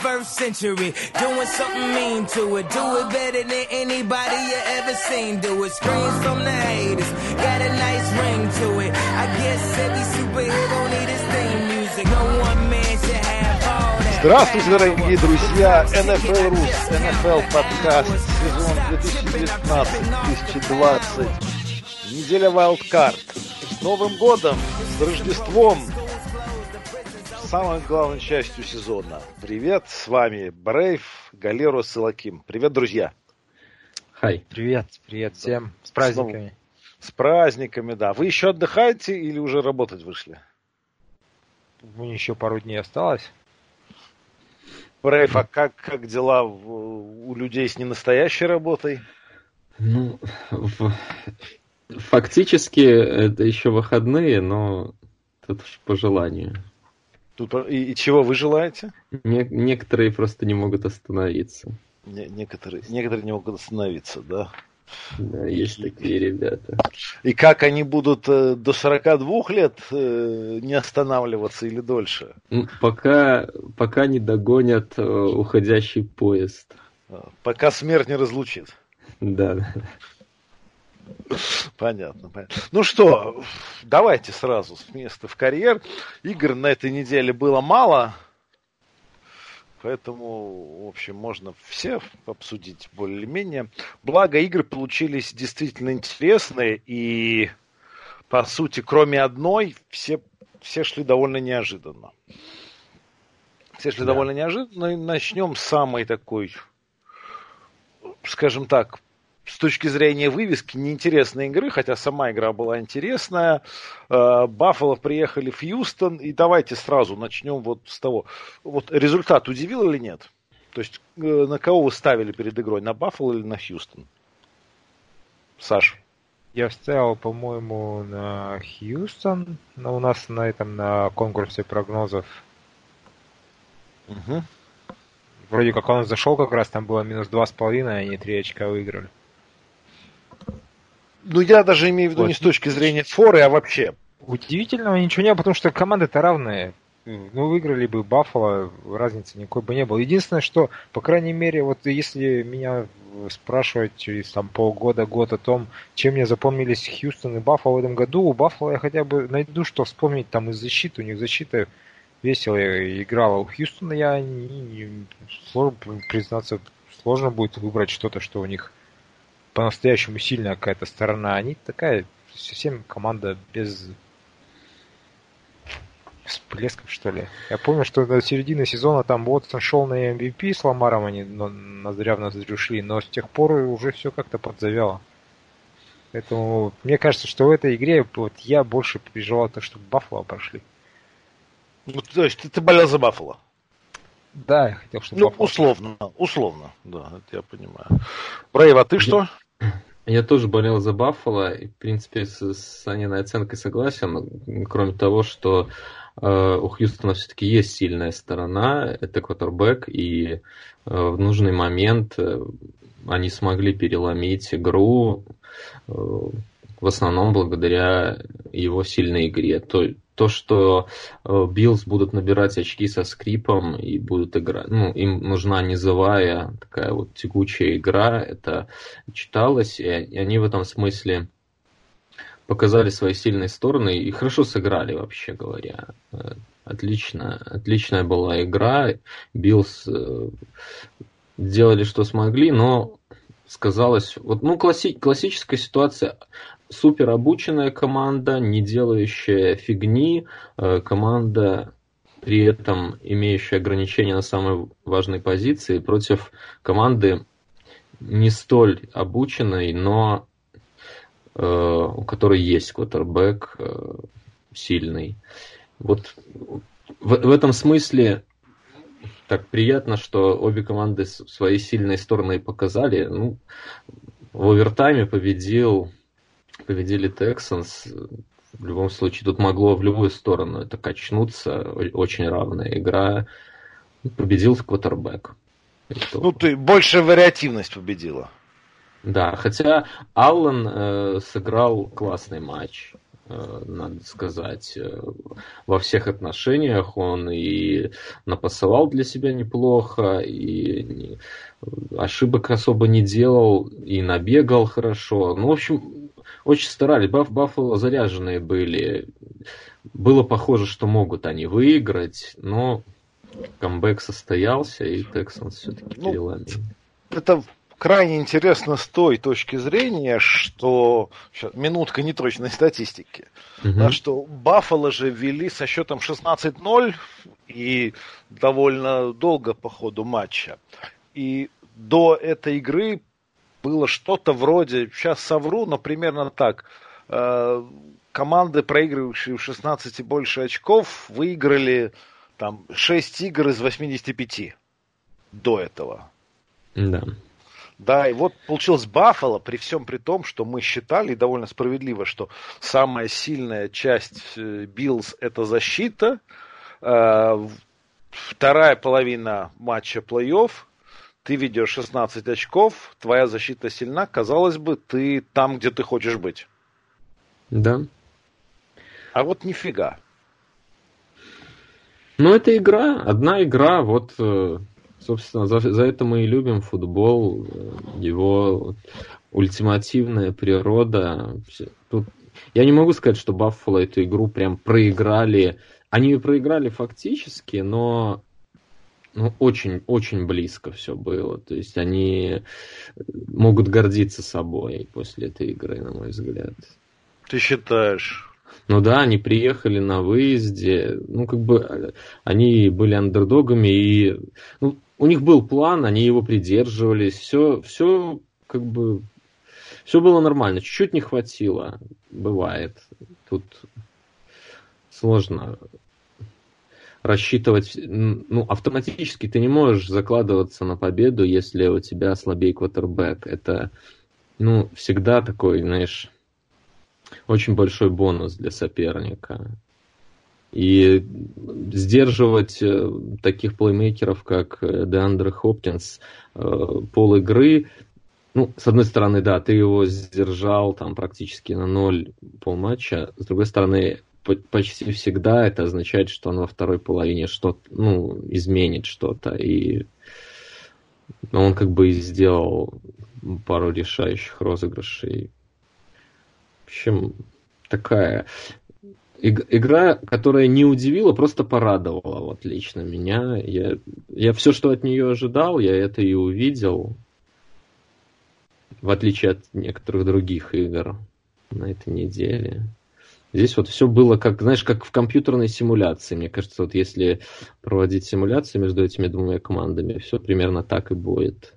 21st century, doing something mean to it. Do it better than anybody you ever seen. Do it. Screams from the haters, got a nice ring to it. I guess every superhero need his theme music. No one man should have all that. Здравствуйте, дорогие друзья! NFL Rus, NFL подкаст, сезон 2019-2020. Неделя Wildcard. С Новым годом, с Рождеством, самой главной частью сезона. Привет, с вами Брейв, Галерос и Лаким. Привет, друзья. Хай. Привет всем. С праздниками. С праздниками, да. Вы еще отдыхаете или уже работать вышли? Еще пару дней осталось. Брейв, а как дела у людей с ненастоящей работой? Ну, фактически это еще выходные, но тут по желанию. И чего вы желаете? Некоторые просто не могут остановиться. Некоторые не могут остановиться, да? Да, есть такие ребята. И как они будут до 42 лет не останавливаться или дольше? Пока не догонят уходящий поезд. Пока смерть не разлучит. Да. Понятно. Ну что, давайте сразу с места в карьер. Игр на этой неделе было мало, поэтому, в общем, можно все обсудить более-менее. Благо, игры получились действительно интересные, и, по сути, кроме одной, все шли довольно неожиданно. Довольно неожиданно, и начнем с самой такой, скажем так, с точки зрения вывески, неинтересной игры, хотя сама игра была интересная. Баффало приехали в Хьюстон, и давайте сразу начнем вот с того. Вот результат удивил или нет? То есть на кого вы ставили перед игрой? На Баффало или на Хьюстон? Саш? Я ставил, по-моему, на Хьюстон, но у нас на конкурсе прогнозов. Угу. Вроде как он зашел как раз, там было минус 2,5, а они 3 очка выиграли. Ну, я даже имею в виду не с точки зрения форы, а вообще. Удивительного ничего не было, потому что команды-то равные. Ну, выиграли бы Баффало, разницы никакой бы не было. Единственное, что, по крайней мере, вот если меня спрашивать через полгода, год о том, чем мне запомнились Хьюстон и Баффало в этом году, у Баффало я хотя бы найду, что вспомнить там из защиты. У них защита весело играла. У Хьюстона сложно признаться, сложно будет выбрать что-то, что у них по-настоящему сильная какая-то сторона. Они такая совсем команда без всплесков, что ли. Я помню, что до середины сезона там Уотсон шел на MVP с Ламаром, они ноздря в ноздрю шли, но с тех пор уже все как-то подзавяло. Поэтому мне кажется, что в этой игре вот я больше переживал то, чтобы Баффало прошли. Ну, то есть ты болел за Баффало? Да, я хотел, чтобы Баффало. Условно, да, это я понимаю. Брейв, а ты что? Я тоже болел за Баффало, и, в принципе, с Аниной оценкой согласен, кроме того, что у Хьюстона все-таки есть сильная сторона, это квотербэк, и в нужный момент они смогли переломить игру, в основном благодаря его сильной игре. То, что Биллс будут набирать очки со скрипом и будут играть, им нужна низовая такая вот текучая игра, это читалось, и они в этом смысле показали свои сильные стороны и хорошо сыграли, вообще говоря. Отличная была игра, Биллс делали, что смогли, но сказалось, классическая ситуация. Супер обученная команда, не делающая фигни, команда, при этом имеющая ограничения на самой важной позиции, против команды не столь обученной, но у которой есть квотербэк сильный. Вот в этом смысле так приятно, что обе команды свои сильные стороны показали. В овертайме победили Texans. В любом случае, тут могло в любую сторону это качнуться. Очень равная игра. Победил квотербэк. Ты больше вариативность победила. Да, хотя Аллен сыграл классный матч. надо сказать, во всех отношениях. Он и напасовал для себя неплохо, и ошибок особо не делал, и набегал хорошо. Ну, в общем, очень старались. Баффало заряженные были. Было похоже, что могут они выиграть, но камбэк состоялся, и Texans все-таки переломил. Это крайне интересно с той точки зрения, что... Сейчас, минутка неточной статистики. Да, что Баффало же вели со счетом 16-0 и довольно долго по ходу матча. И до этой игры было что-то вроде, сейчас совру, но примерно так. Команды, проигрывающие в 16 и больше очков, выиграли там 6 игр из 85 до этого. Да. Да, и вот получилось Баффало, при всем при том, что мы считали, и довольно справедливо, что самая сильная часть Биллс – это защита, вторая половина матча плей-офф, ты ведешь 16 очков, твоя защита сильна, казалось бы, ты там, где ты хочешь быть. Да. А вот нифига. Ну, это игра, одна игра, вот... Собственно, за это мы и любим футбол, его ультимативная природа. Тут я не могу сказать, что Баффало эту игру прям проиграли. Они ее проиграли фактически, но очень-очень близко все было. То есть они могут гордиться собой после этой игры, на мой взгляд. Ты считаешь? Ну да, они приехали на выезде, они были андердогами, и у них был план, они его придерживались, все было нормально, чуть-чуть не хватило, бывает. Тут сложно рассчитывать, автоматически ты не можешь закладываться на победу, если у тебя слабее квотербэк. Это, всегда такой, знаешь, очень большой бонус для соперника. И сдерживать таких плеймейкеров, как Деандре Хопкинс, пол игры, с одной стороны, да, ты его сдержал там практически на 0 полматча, с другой стороны, почти всегда это означает, что он во второй половине что-то, изменит что-то, и он и сделал пару решающих розыгрышей. В общем, такая игра, которая не удивила, просто порадовала вот лично меня. Я все, что от нее ожидал, я это и увидел, в отличие от некоторых других игр на этой неделе. Здесь вот все было как в компьютерной симуляции. Мне кажется, вот если проводить симуляции между этими двумя командами, все примерно так и будет.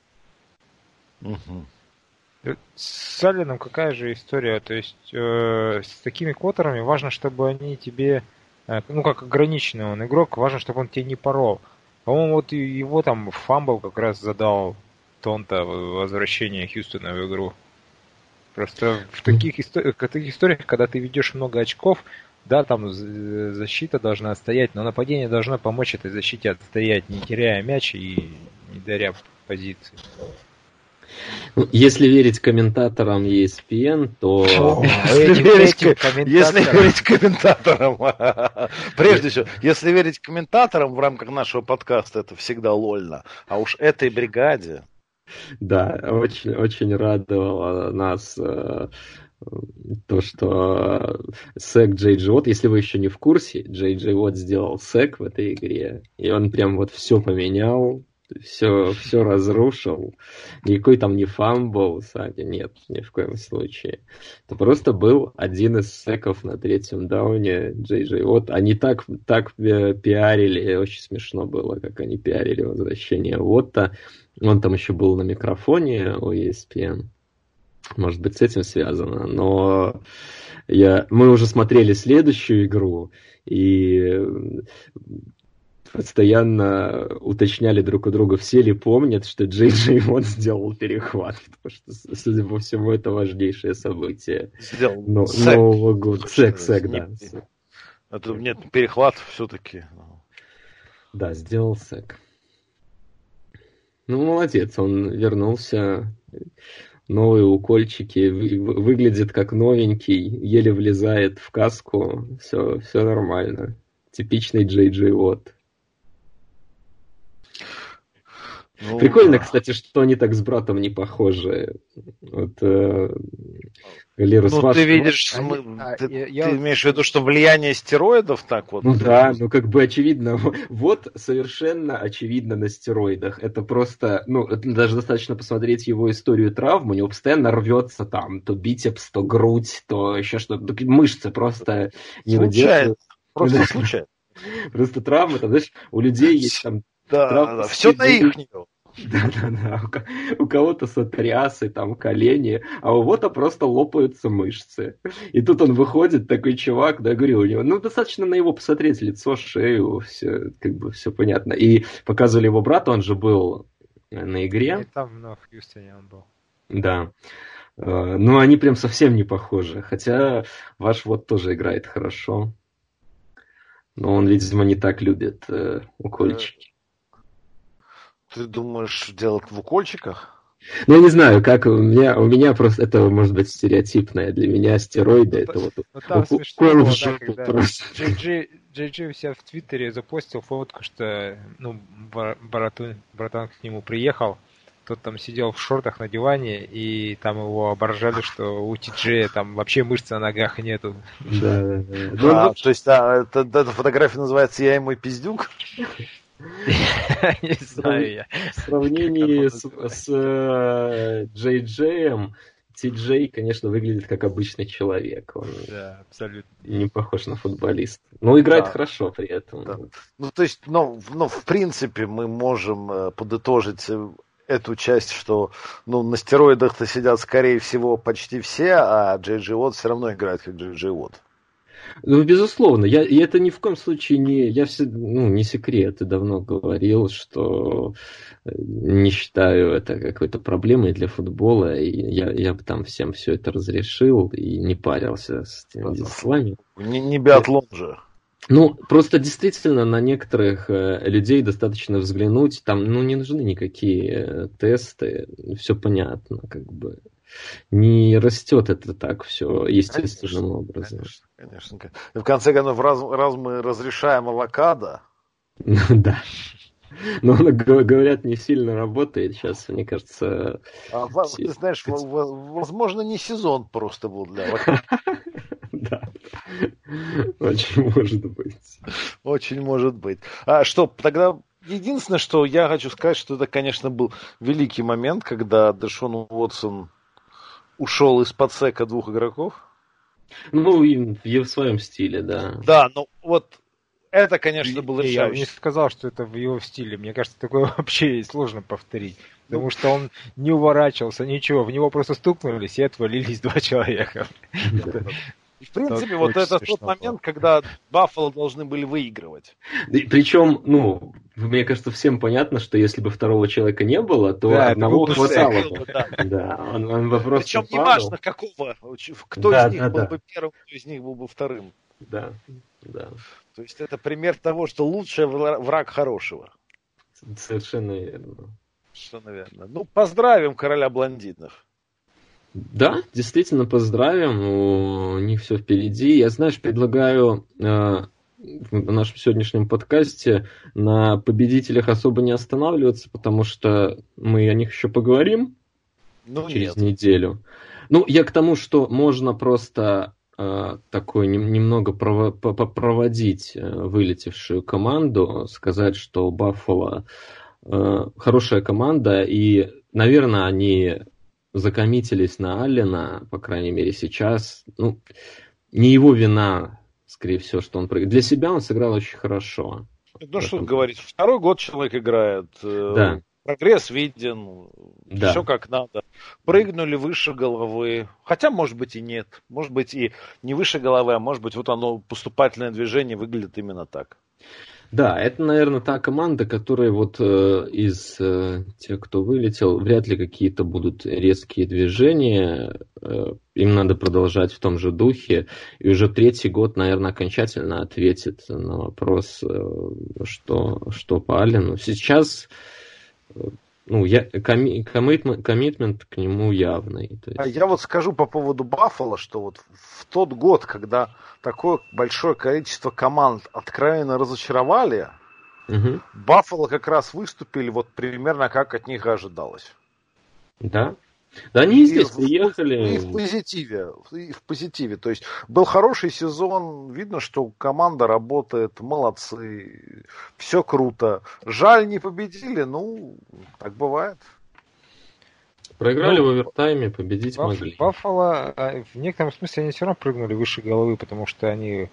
С Алленом какая же история? То есть с такими квотерами важно, чтобы они тебе, как ограниченный он игрок, важно, чтобы он тебе не порол. По-моему, вот его там фамбл как раз задал Тонта возвращение Хьюстона в игру. Просто в таких историях, когда ты ведешь много очков, да, там защита должна стоять, но нападение должно помочь этой защите отстоять, не теряя мяч и не даря позиции. Если верить комментаторам ESPN, то... Если верить комментаторам, прежде всего, если верить комментаторам в рамках нашего подкаста, это всегда лольно. А уж этой бригаде... Да, очень, очень радовало нас то, что сэк Джей Джей Уотт, если вы еще не в курсе, Джей Джей Уотт сделал сэк в этой игре, и он прям вот все поменял, все разрушил. Никакой там не фамбл, Саня, нет, ни в коем случае. Это просто был один из сэков на третьем дауне Джей Джей Уотт. Они так пиарили, очень смешно было, как они пиарили возвращение Уотта. Он там еще был на микрофоне у ESPN. Может быть, с этим связано. Но мы уже смотрели следующую игру, и постоянно уточняли друг у друга, все ли помнят, что Джей Джей Уотт сделал перехват. Потому что, судя по всему, это важнейшее событие Нового года. Сэк, да. Нет, перехват все-таки. Да, сделал сэк. Молодец, он вернулся. новые укольчики, выглядит как новенький, еле влезает в каску, все нормально. Типичный Джей Джей Уотт. Ну, прикольно, кстати, что они так с братом не похожи. Вот, Лерус, ты видишь, ты имеешь в виду, что влияние стероидов так вот? Ну да, как бы очевидно. Вот совершенно очевидно на стероидах. Это просто, даже достаточно посмотреть его историю травм, у него постоянно рвется там то бицепс, то грудь, то еще что-то. Мышцы просто не выдерживают. Просто случайно. Просто травмы, там, знаешь, у людей есть там... Да, все на ихнего. Да. У кого-то сотрясы, там, колени, а у кого-то просто лопаются мышцы. И тут он выходит, такой чувак, да, говорю, у него, достаточно на его посмотреть, лицо, шею, все, все понятно. И показывали его брата, он же был на игре. И там, в Хьюстоне он был. Да. Но они прям совсем не похожи. Хотя ваш вот тоже играет хорошо. Но он, видимо, не так любит укольчики. Ты думаешь, делать в укольчиках? Я не знаю, как у меня просто это может быть стереотипное. Для меня стероиды это вот там смешно было, когда Джей Джей у себя в Твиттере запостил фотку, что братан к нему приехал, тот там сидел в шортах на диване, и там его оборжали, что у Ти-Джея там вообще мышц на ногах нету. Да. То есть, эта фотография называется «Я и мой пиздюк»? Не знаю я. В сравнении с Джей Джеем, Ти-Джей, конечно, выглядит как обычный человек. Он абсолютно не похож на футболиста. Но играет хорошо при этом. Да. То есть, в принципе, мы можем подытожить эту часть, что на стероидах-то сидят, скорее всего, почти все, а Джей Джей Уотт все равно играет как Джей Джей Уотт. Безусловно, и это ни в коем случае не секрет, и давно говорил, что не считаю это какой-то проблемой для футбола, и я бы там всем все это разрешил и не парился с теми делами. Не биатлон же. Просто действительно на некоторых людей достаточно взглянуть, там, не нужны никакие тесты, все понятно, как бы. Не растет это так все естественным образом. Конечно. В конце концов, раз мы разрешаем авокадо. Да. Но он, говорят, не сильно работает сейчас, мне кажется. Ты знаешь, возможно, не сезон просто был для авокадо. Да. Очень может быть. Очень может быть. Тогда единственное, что я хочу сказать, что это, конечно, был великий момент, когда Дэшон Уотсон ушел из-под сека 2 игроков. И в своем стиле, да. Да, это, конечно, было решающее. Я бы не сказал, что это в его стиле. Мне кажется, такое вообще сложно повторить. Потому что он не уворачивался, ничего. В него просто стукнулись и отвалились 2 человека. В принципе, это тот момент, когда Баффало должны были выигрывать. Причем, мне кажется, всем понятно, что если бы второго человека не было, то одного хватало бы. Да, он бы просто Причем не важно, какого, кто из них был бы первым, кто из них был бы вторым. Да. То есть это пример того, что лучший враг хорошего. Совершенно верно. Совершенно верно. Поздравим короля блондинов. Да, действительно поздравим, у них все впереди. Я, предлагаю в нашем сегодняшнем подкасте на победителях особо не останавливаться, потому что мы о них еще поговорим через неделю. Я к тому, что можно просто такой немного проводить вылетевшую команду, сказать, что Баффало хорошая команда, и, наверное, они закоммитились на Аллена, по крайней мере, сейчас. Не его вина, скорее всего, что он проиграл. Для себя он сыграл очень хорошо. Что говорить, 2-й год человек играет. Да. Прогресс виден, все как надо. Прыгнули выше головы. Хотя, может быть, и нет. Может быть, и не выше головы, а может быть, оно, поступательное движение выглядит именно так. Да, это, наверное, та команда, которая из тех, кто вылетел, вряд ли какие-то будут резкие движения. Им надо продолжать в том же духе. И уже 3-й год, наверное, окончательно ответит на вопрос, что по Аллену. Сейчас коммитмент к нему явный. То есть... Я вот скажу по поводу Баффало, что вот в тот год, когда такое большое количество команд откровенно разочаровали, Баффало как раз выступили вот примерно как от них и ожидалось. Да? Да они и здесь приехали. И в позитиве. То есть был хороший сезон, видно, что команда работает, молодцы, все круто. Жаль, не победили, так бывает. Проиграли в овертайме, победить могли. Баффало, в некотором смысле, они все равно прыгнули выше головы, потому что они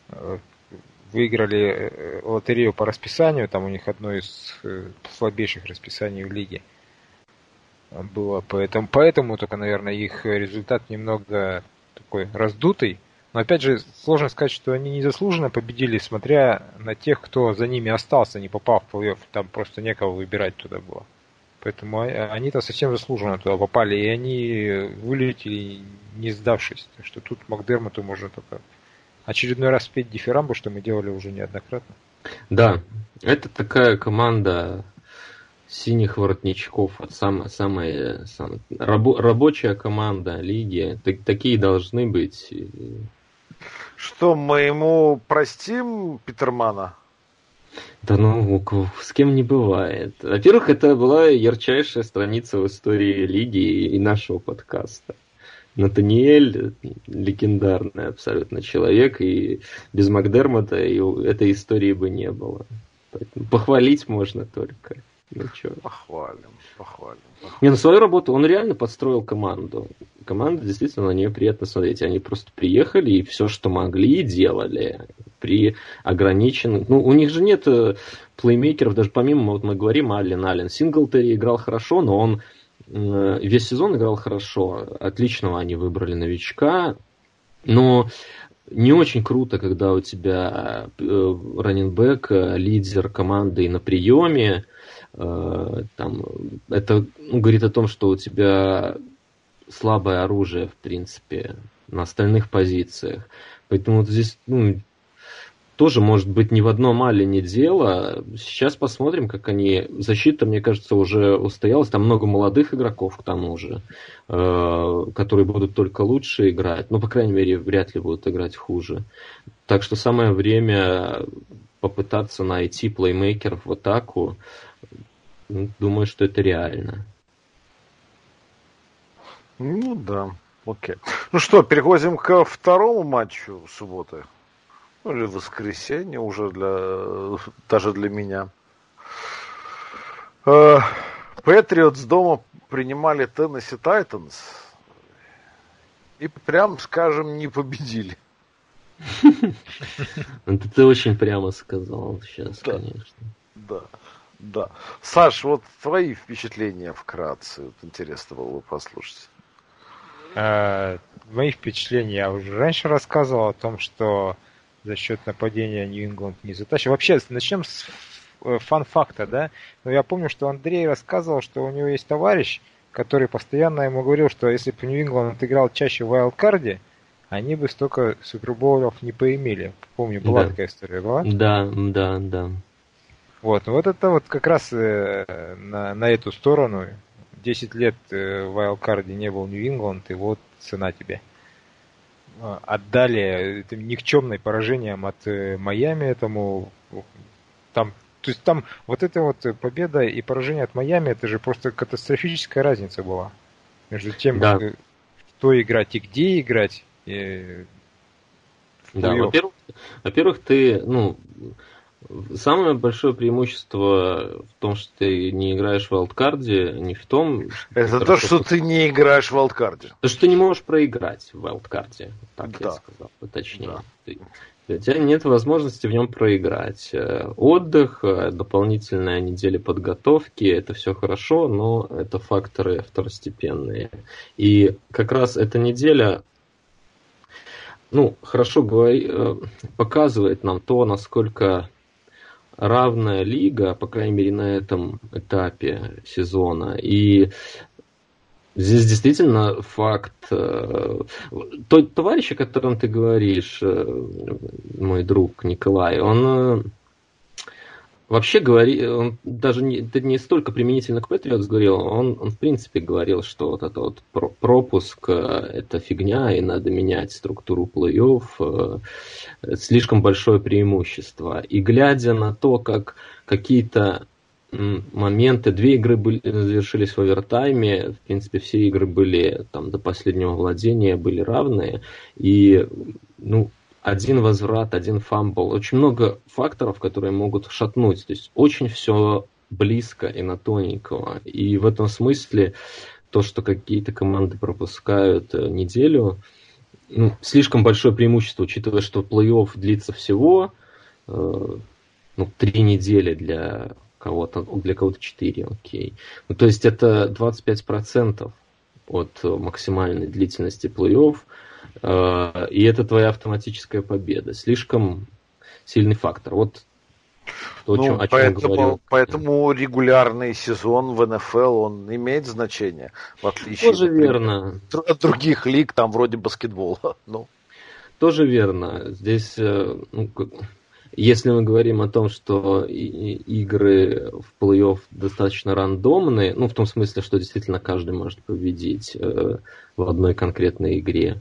выиграли лотерею по расписанию, там у них одно из слабейших расписаний в лиге было, поэтому только, наверное, их результат немного такой раздутый. Но опять же, сложно сказать, что они незаслуженно победили, смотря на тех, кто за ними остался, не попав в плей-офф. Там просто некого выбирать туда было. Поэтому они-то совсем заслуженно туда попали, и они вылетели, не сдавшись. Так что тут Макдермоту можно только очередной раз спеть дифирамбу, что мы делали уже неоднократно. Да, это такая команда синих воротничков, самая рабочая команда лиги. Такие должны быть. Что, мы ему простим Питермана? Да с кем не бывает. Во-первых, это была ярчайшая страница в истории лиги и нашего подкаста. Натаниэль легендарный абсолютно человек, и без Макдермота этой истории бы не было. Поэтому похвалить можно только. Похвалим. Свою работу он реально подстроил команду. Команда действительно, на нее приятно смотреть. Они просто приехали и все, что могли, делали при ограниченных... у них же нет плеймейкеров, даже помимо, вот мы говорим, Аллен. Синглтери играл хорошо, но он весь сезон играл хорошо. Отличного они выбрали новичка. Но не очень круто, когда у тебя раннинбэк, лидер команды и на приеме. Это говорит о том, что у тебя слабое оружие, в принципе, на остальных позициях. Поэтому вот здесь тоже, может быть, ни в одном Аллене дело. Сейчас посмотрим, как они... Защита, мне кажется, уже устоялась. Там много молодых игроков, к тому же, которые будут только лучше играть. По крайней мере, вряд ли будут играть хуже. Так что самое время попытаться найти плеймейкеров в атаку. Думаю, что это реально. Да, окей. Что, переходим ко второму матчу субботы? Или воскресенье уже даже для меня. Патриотс дома принимали Теннесси Тайтанс. И прям, скажем, не победили. Это ты очень прямо сказал сейчас, конечно. Да. Саш, вот твои впечатления вкратце. Вот интересно было бы послушать. Мои впечатления. Я уже раньше рассказывал о том, что за счет нападения Нью-Ингланд не затащил. Вообще, начнем с фан-факта, да? Я помню, что Андрей рассказывал, что у него есть товарищ, который постоянно ему говорил, что если бы Нью-Ингланд играл чаще в вайлдкарде, они бы столько супербоулов не поимели. Помню, была такая история, была? Да. Вот это вот как раз на эту сторону. 10 лет в вайлдкарде не был Нью-Ингланд, и вот цена тебе. Отдали этим никчемным поражением от Майами этому. То есть там вот эта вот победа и поражение от Майами, это же просто катастрофическая разница была. Между тем, кто играть и где играть. Да, во-первых, ты, самое большое преимущество в том, что ты не играешь в вайлдкарде, не в том... Это то, что ты не играешь в вайлдкарде. То, что ты не можешь проиграть в вайлдкарде, так я сказал, точнее. Да. У тебя нет возможности в нем проиграть. Отдых, дополнительная неделя подготовки, это все хорошо, но это факторы второстепенные. И как раз эта неделя... хорошо показывает нам то, насколько равная лига, по крайней мере, на этом этапе сезона. И здесь действительно факт... Тот товарищ, о котором ты говоришь, мой друг Николай, он Вообще он даже это не столько применительно к Патриотс говорил, он в принципе говорил, что вот это вот пропуск это фигня, и надо менять структуру плей-офф, слишком большое преимущество. И глядя на то, как какие-то моменты, 2 игры завершились в овертайме, в принципе, все игры были там до последнего владения, были равные, и, ну, 1 возврат, 1 фамбл. Очень много факторов, которые могут шатнуть. То есть очень все близко и на тоненького. И в этом смысле то, что какие-то команды пропускают неделю, ну, слишком большое преимущество, учитывая, что плей-офф длится всего 3 недели для кого-то 4, окей. Ну, то есть это 25% от максимальной длительности плей-офф. И это твоя автоматическая победа. Слишком сильный фактор. Вот то, о чем говорил. Поэтому регулярный сезон в НФЛ, он имеет значение, в отличие Тоже верно. От других лиг, там вроде баскетбола. Ну. Тоже верно. Здесь, если мы говорим о том, что игры в плей-офф достаточно рандомные, в том смысле, что действительно каждый может победить в одной конкретной игре,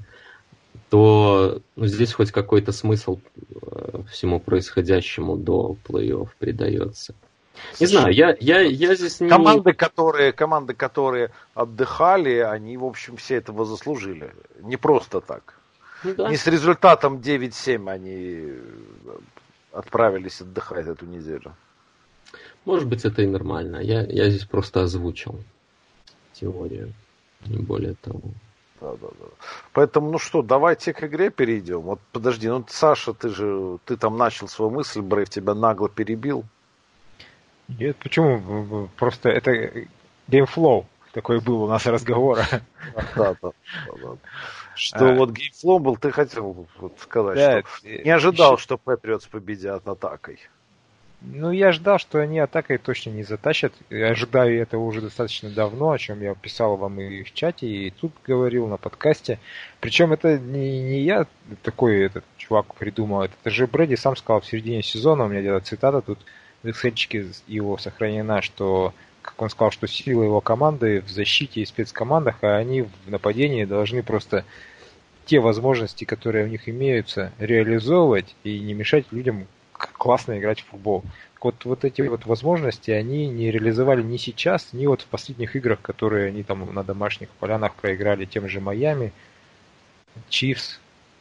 то здесь хоть какой-то смысл всему происходящему до плей-офф придается. Не знаю, я здесь не... Команды, которые отдыхали, они, в общем, все этого заслужили. Не просто так. Да. Не с результатом 9-7 они отправились отдыхать эту неделю. Может быть, это и нормально. Я здесь просто озвучил теорию, не более того. Да. Поэтому, давайте к игре перейдем. Вот подожди, Саша, ты там начал свою мысль, Брейв тебя нагло перебил. Нет, почему? Просто это геймфлоу такой был у нас разговор. Да. Что вот геймфлоу был, ты хотел сказать, что не ожидал, что Патриотс победят атакой. Я ждал, что они атакой точно не затащат. Я ожидаю этого уже достаточно давно, о чем я писал вам и в чате, и тут говорил на подкасте. Причем это не я такой этот чувак придумал, это же Брэди сам сказал в середине сезона, у меня где-то цитата тут в эксельчике его сохранена, что, как он сказал, что сила его команды в защите и спецкомандах, а они в нападении должны просто те возможности, которые у них имеются, реализовывать и не мешать людям классно играть в футбол. Вот эти вот возможности они не реализовали ни сейчас, ни вот в последних играх, которые они там на домашних полянах проиграли тем же Майами, Чифс.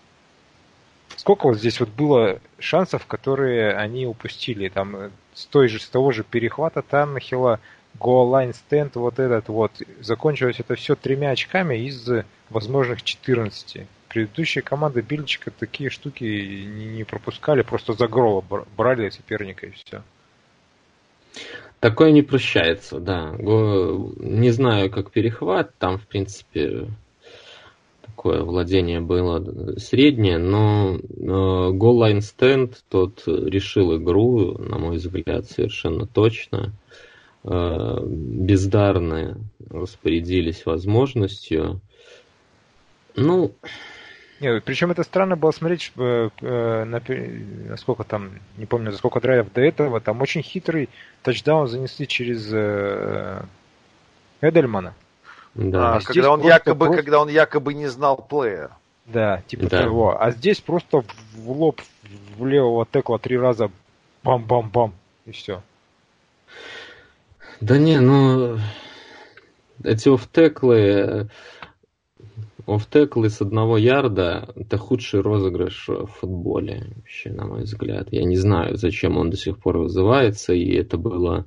Сколько вот здесь вот было шансов, которые они упустили? Там с того же перехвата Таннехилла, goal-line stand, вот этот вот. Закончилось это все 3 очками из возможных 14. Предыдущие команды Бильчика такие штуки не пропускали, просто за горло брали соперника и все. Такое не прощается, да. Не знаю, как перехват, там, в принципе, такое владение было среднее, но goal-line stand тот решил игру, на мой взгляд, совершенно точно. Бездарные распорядились возможностью. Нет, причем это странно было смотреть, насколько там, не помню, за сколько драйвов до этого, там очень хитрый тачдаун занесли через Эдельмана. Да. Когда он якобы не знал плея. Да, типа того. А здесь просто в лоб в левого текла 3 раза бам-бам-бам, и все. Да не, эти офф-теклы с 1 ярда — это худший розыгрыш в футболе, вообще, на мой взгляд. Я не знаю, зачем он до сих пор вызывается, и это было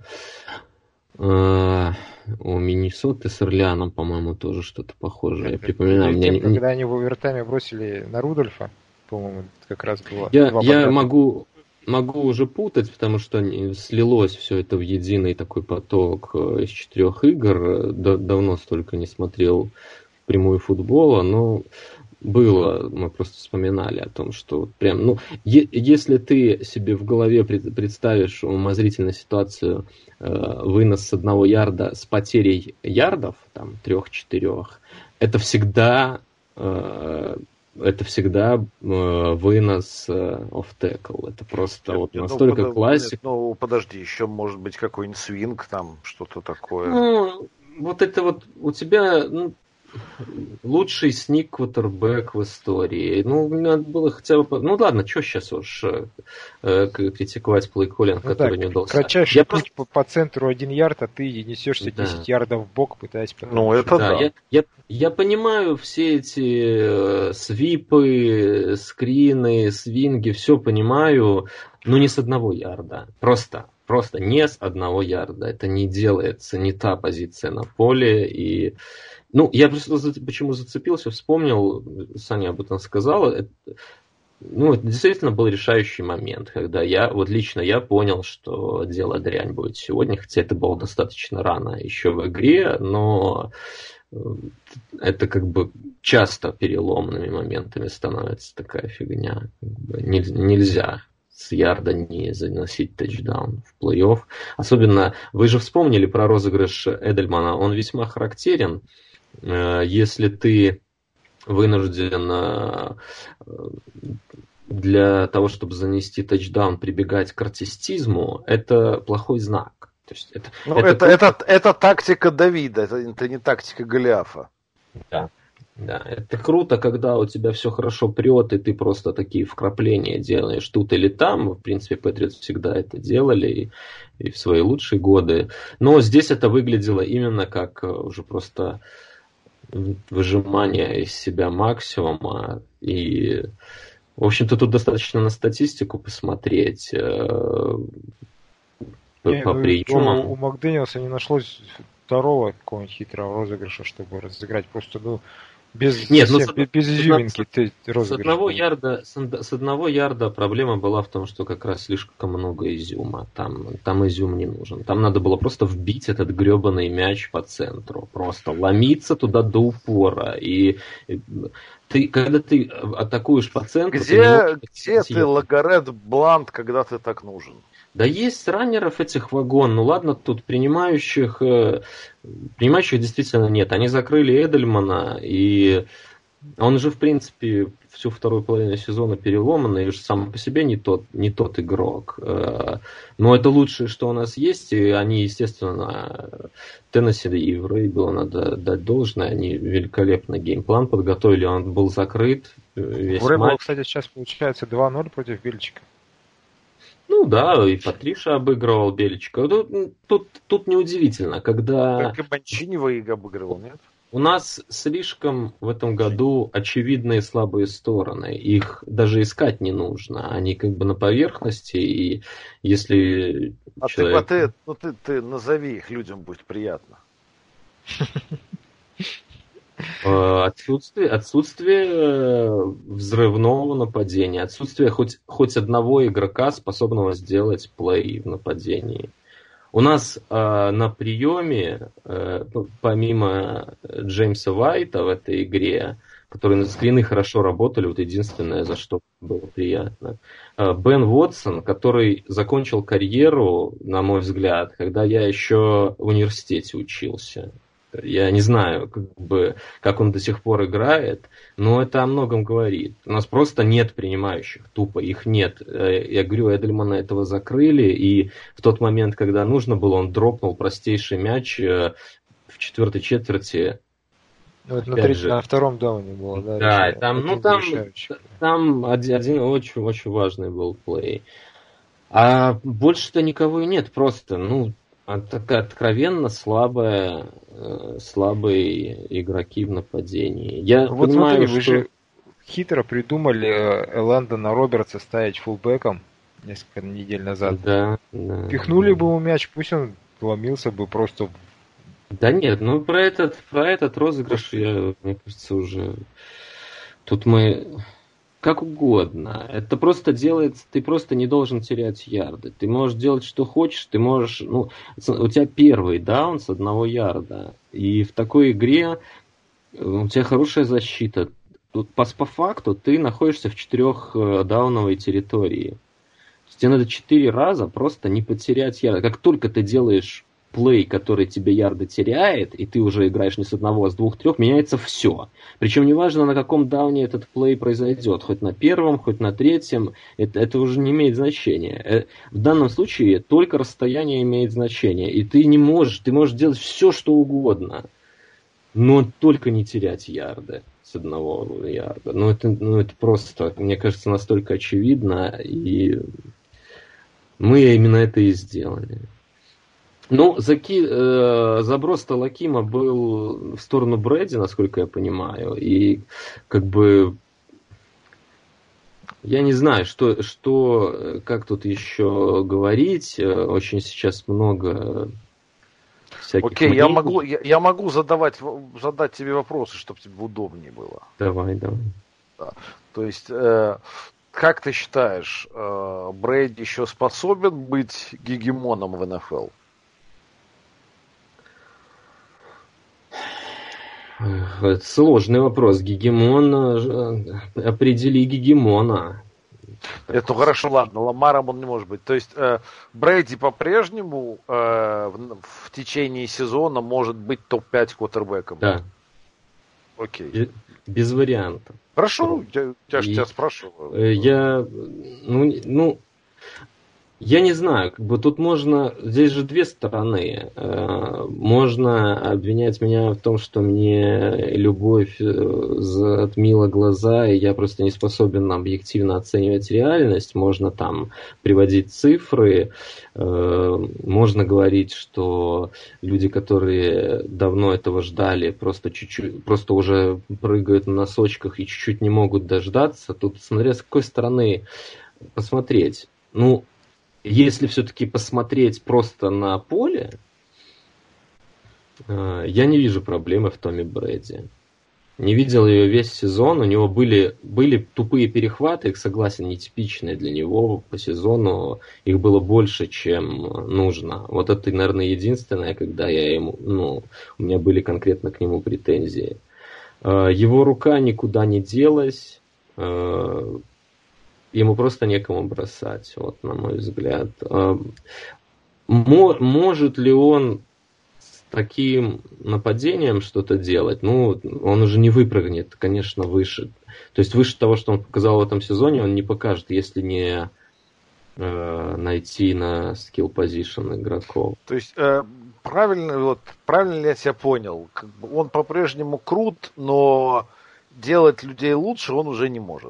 у Миннесоты с Орлеаном, по-моему, тоже что-то похожее. Я припоминаю. Когда они в овертайме бросили на Рудольфа, по-моему, как раз было. Я могу уже путать, потому что слилось все это в единый такой поток из 4 игр. Давно столько не смотрел прямую футбола, но было, мы просто вспоминали о том, что прям, если ты себе в голове представишь умозрительную ситуацию, вынос с 1 ярда с потерей ярдов, там, 3-4, это всегда это всегда вынос off-tackle. Это просто вот настолько классик. Ну, подожди, еще может быть какой-нибудь свинг, там что-то такое. Ну, вот это вот у тебя лучший сник-квотербэк в истории. Ну, надо было хотя бы... Ну, ладно, что сейчас уж критиковать плей-коллинг, который не удался. Кратчайший путь по центру 1 ярд, а ты несешься 10 ярдов в бок, пытаясь... Ну, это да. Я понимаю все эти свипы, скрины, свинги, все понимаю, но не с 1 ярда. Просто не с 1 ярда. Это не делается, не та позиция на поле. И... Ну, я просто почему зацепился, вспомнил, Саня об этом сказала. Это действительно был решающий момент, когда лично я понял, что дело дрянь будет сегодня, хотя это было достаточно рано еще в игре, но это как бы часто переломными моментами становится такая фигня. Нельзя с ярда не заносить тачдаун в плей-офф. Особенно, вы же вспомнили про розыгрыш Эдельмана, он весьма характерен. Если ты вынужден для того, чтобы занести тачдаун, прибегать к артистизму, это плохой знак. То есть это тактика Давида, это не тактика Голиафа. Да, это круто, когда у тебя все хорошо прет, и ты просто такие вкрапления делаешь тут или там. В принципе, Патриотс всегда это делали и в свои лучшие годы. Но здесь это выглядело именно как уже просто выжимание из себя максимума. И, в общем-то, тут достаточно на статистику посмотреть по приемам. У Макдэниелса не нашлось второго какого-нибудь хитрого розыгрыша, чтобы разыграть просто, без изюминки. С 1 ярда проблема была в том, что как раз слишком много изюма. Там изюм не нужен. Там надо было просто вбить этот гребаный мяч по центру. Просто ломиться туда до упора. И когда ты атакуешь по центру... Где ты, Лагарет Блант, когда ты так нужен? Да есть раннеров этих вагон. Ну ладно, тут принимающих действительно нет. Они закрыли Эдельмана, и он же, в принципе, всю вторую половину сезона переломанный, и уже сам по себе не тот игрок. Но это лучшее, что у нас есть, и они, естественно, Теннесси и Врейбелу надо дать должное, они великолепный геймплан подготовили, он был закрыт весь матч. Врейбел, кстати, сейчас получается 2-0 против Бельчика. Ну да, и Патриша обыгрывал Беличка. Тут неудивительно, когда... Так и Банчини обыгрывал, нет? У нас слишком в этом году очевидные слабые стороны. Их даже искать не нужно. Они как бы на поверхности, и если человек... ты назови их, людям будет приятно. Отсутствие взрывного нападения, отсутствие хоть одного игрока, способного сделать плей в нападении. У нас на приеме, помимо Джеймса Уайта в этой игре, которые на скрины хорошо работали, вот единственное, за что было приятно, Бен Уотсон, который закончил карьеру, на мой взгляд, когда я еще в университете учился. Я не знаю, как он до сих пор играет, но это о многом говорит. У нас просто нет принимающих, тупо их нет. Я говорю, Эдельмана этого закрыли, и в тот момент, когда нужно было, он дропнул простейший мяч в четвертой четверти. На втором дауне было, да? Да, там один очень важный был плей. А больше-то никого и нет, просто, такая откровенно слабые игроки в нападении. Я вот понимаю, смотри, вы же хитро придумали Лэндона Робертса ставить фулбэком несколько недель назад. Да. Пихнули бы ему мяч, пусть он ломился бы просто. Да нет, про этот розыгрыш, мне кажется, уже тут мы... Как угодно. Это просто делается, ты просто не должен терять ярды. Ты можешь делать, что хочешь, ты можешь... у тебя первый даун с 1 ярда. И в такой игре у тебя хорошая защита. Тут по факту ты находишься в 4-дауновой территории. Тебе надо 4 раза просто не потерять ярды. Как только ты делаешь плей, который тебе ярды теряет, и ты уже играешь не с одного, а с 2-3, меняется все. Причем неважно, на каком дауне этот плей произойдет, хоть на первом, хоть на третьем, это уже не имеет значения. В данном случае только расстояние имеет значение, и ты можешь делать все, что угодно, но только не терять ярды с одного ярда. Это просто, мне кажется, настолько очевидно, и мы именно это и сделали. Заброс Лакима был в сторону Брэди, насколько я понимаю, и как бы я не знаю, как тут еще говорить. Очень сейчас много всяких Окей, мнений. я могу задать тебе вопросы, чтобы тебе удобнее было. Давай. Да. То есть, как ты считаешь, Брэди еще способен быть гегемоном в НФЛ? Это сложный вопрос. Определи гегемона. Это хорошо, ладно, Ламаром он не может быть. То есть Брэди по-прежнему в течение сезона может быть топ-5 квотербеком? Да. Окей. Без вариантов. Хорошо, я же тебя спрашиваю. Я не знаю, тут здесь же две стороны. Можно обвинять меня в том, что мне любовь затмила глаза, и я просто не способен объективно оценивать реальность. Можно там приводить цифры, можно говорить, что люди, которые давно этого ждали, просто уже прыгают на носочках и чуть-чуть не могут дождаться. Тут смотря с какой стороны посмотреть. Если все-таки посмотреть просто на поле, я не вижу проблемы в Томе Брэди. Не видел ее весь сезон. У него были тупые перехваты, их, согласен, нетипичные для него по сезону. Их было больше, чем нужно. Вот это, наверное, единственное, когда у меня были конкретно к нему претензии. Его рука никуда не делась. Ему просто некому бросать, на мой взгляд. Может ли он с таким нападением что-то делать? Он уже не выпрыгнет, конечно, выше. То есть выше того, что он показал в этом сезоне, он не покажет, если не найти на skill position игроков. То есть правильно ли я тебя понял? Он по-прежнему крут, но делать людей лучше он уже не может.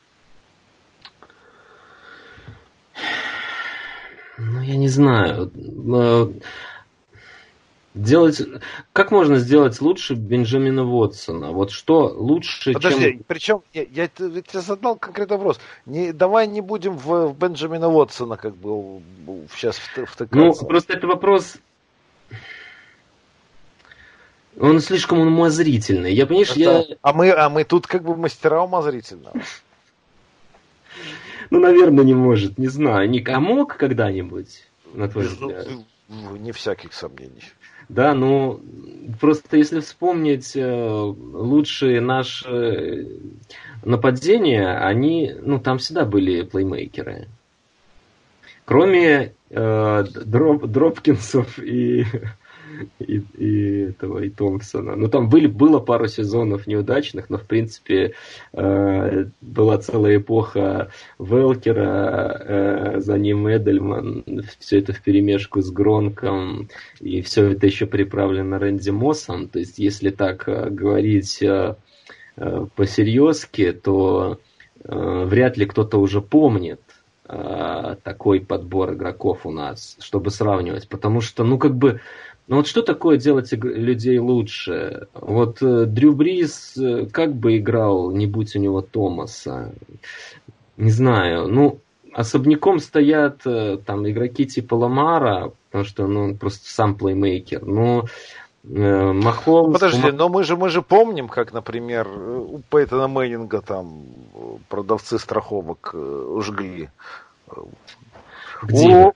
Я не знаю. Как можно сделать лучше Бенджамина Уотсона? Вот что лучше, Подожди, причем я тебе задал конкретный вопрос. Давай не будем в Бенджамина Уотсона сейчас втыкаться. Просто это вопрос... Он слишком умозрительный. А мы тут мастера умозрительного. Наверное, не может, не знаю. А мог когда-нибудь, на твой взгляд? Не всяких сомнений. Да, просто если вспомнить лучшие наши нападения, они, там всегда были плеймейкеры. Кроме Дропкинсов и Томпсона. Там было пару сезонов неудачных, но в принципе была целая эпоха Велкера, за ним Эдельман, все это вперемешку с Гронком, и все это еще приправлено Рэнди Моссом. То есть, если так говорить по-серьезки, то вряд ли кто-то уже помнит такой подбор игроков у нас, чтобы сравнивать. Потому что, что такое делать людей лучше? Дрю Бриз как бы играл, не будь у него Томаса? Не знаю. Особняком стоят там игроки типа Ламара, потому что он просто сам плеймейкер. Махомс... Подожди, но мы же помним, как, например, у Пейтона Мэннинга там продавцы страховок жгли. Где?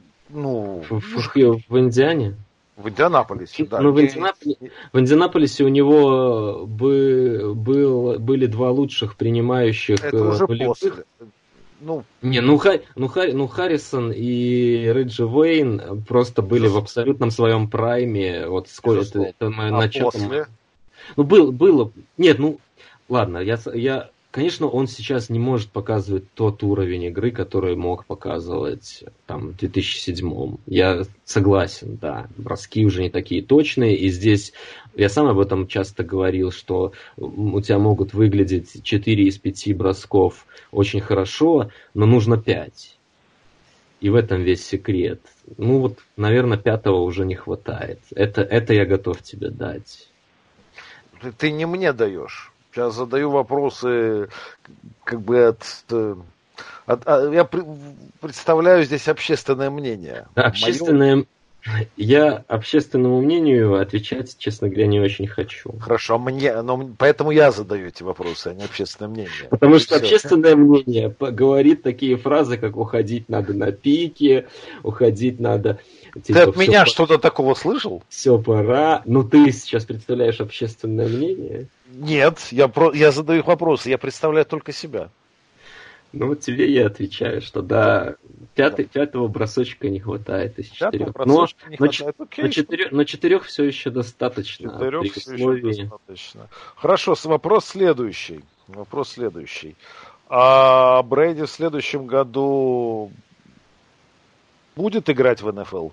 В Индиане? В Индианаполисе, да. В Индианаполисе у него были два лучших принимающих это уже полевых. после. Харрисон и Реджи Уэйн просто были в абсолютном своем прайме. Вот сколько это мое начало. После? Было. Нет, ладно, конечно, он сейчас не может показывать тот уровень игры, который мог показывать там, в 2007-м. Я согласен, да. Броски уже не такие точные. И здесь я сам об этом часто говорил, что у тебя могут выглядеть 4 из 5 бросков очень хорошо, но нужно 5. И в этом весь секрет. Наверное, 5-го уже не хватает. Это я готов тебе дать. Ты не мне даешь. Сейчас задаю вопросы, я представляю здесь общественное мнение. Я общественному мнению отвечать, честно говоря, не очень хочу. Хорошо, поэтому я задаю эти вопросы, а не общественное мнение. Потому что общественное мнение говорит такие фразы, как уходить надо на пике, уходить надо... Ты от меня что-то такого слышал? Все, пора. Ты сейчас представляешь общественное мнение? Нет, я задаю их вопросы, я представляю только себя. Тебе я отвечаю, что да, пятого бросочка не хватает из 4. Но на 4 все еще достаточно. 4 все еще достаточно. Хорошо, вопрос следующий. А Брэди в следующем году будет играть в НФЛ?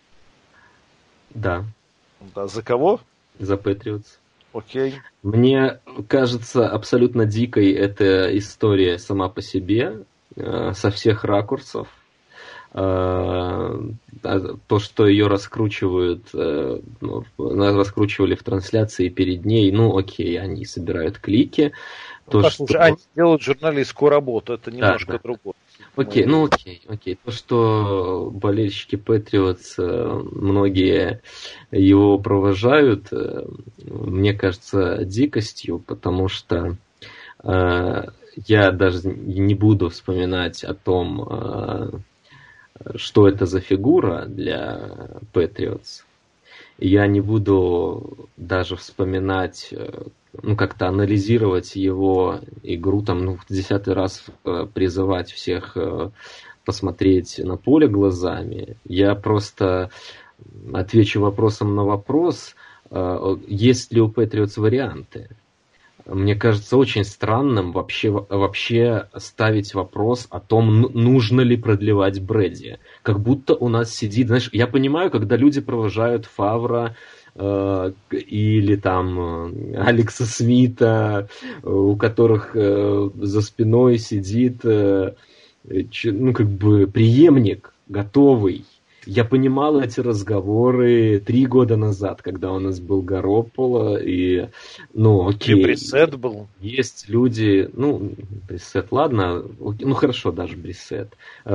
Да. Да, за кого? За Патриотс. Окей. Мне кажется абсолютно дикой эта история сама по себе, со всех ракурсов. То, что ее раскручивали в трансляции перед ней, окей, они собирают клики. Они делают журналистскую работу, это немножко другое. Окей. То, что болельщики Патриотс, многие его провожают, мне кажется дикостью, потому что я даже не буду вспоминать о том, что это за фигура для Патриотс. Я не буду даже вспоминать, как-то анализировать его игру, в 10-й раз призывать всех посмотреть на поле глазами. Я просто отвечу вопросом на вопрос, есть ли у Патриотс варианты. Мне кажется очень странным вообще ставить вопрос о том, нужно ли продлевать Брэди. Как будто у нас сидит... Знаешь, я понимаю, когда люди провожают Фавра или там Алекса Смита, у которых за спиной сидит преемник готовый. Я понимал эти разговоры 3 года назад, когда у нас был Гаропполо, и, окей. И Брissett был. Есть люди, Брissett, ладно, хорошо, даже Брissett.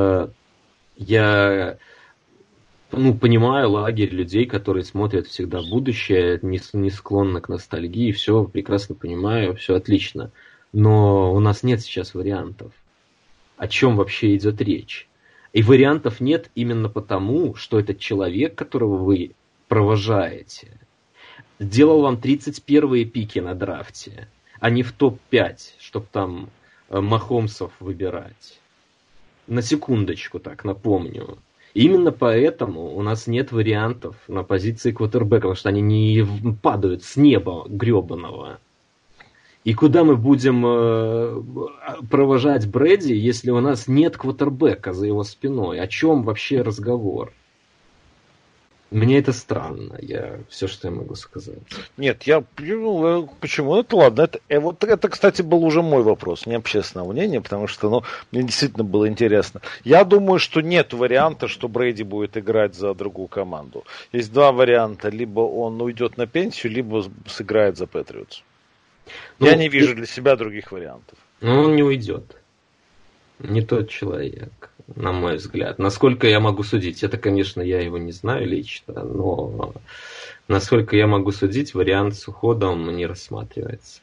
Я, понимаю лагерь людей, которые смотрят всегда в будущее, не склонны к ностальгии, все прекрасно понимаю, все отлично. Но у нас нет сейчас вариантов. О чем вообще идет речь? И вариантов нет именно потому, что этот человек, которого вы провожаете, сделал вам 31-е пики на драфте, а не в топ-5, чтобы там Махомсов выбирать. На секундочку так напомню. Именно поэтому у нас нет вариантов на позиции квотербека, потому что они не падают с неба гребаного. И куда мы будем провожать Брэди, если у нас нет квотербека за его спиной? О чем вообще разговор? Мне это странно, все, что я могу сказать. Нет, почему? Это ладно. Это, кстати, был уже мой вопрос, не общественного мнения, потому что, мне действительно было интересно. Я думаю, что нет варианта, что Брэди будет играть за другую команду. Есть 2 варианта. Либо он уйдет на пенсию, либо сыграет за Патриотс. Я не вижу для себя других вариантов. Он не уйдет. Не тот человек, на мой взгляд. Насколько я могу судить, это, конечно, я его не знаю лично, но насколько я могу судить, вариант с уходом не рассматривается.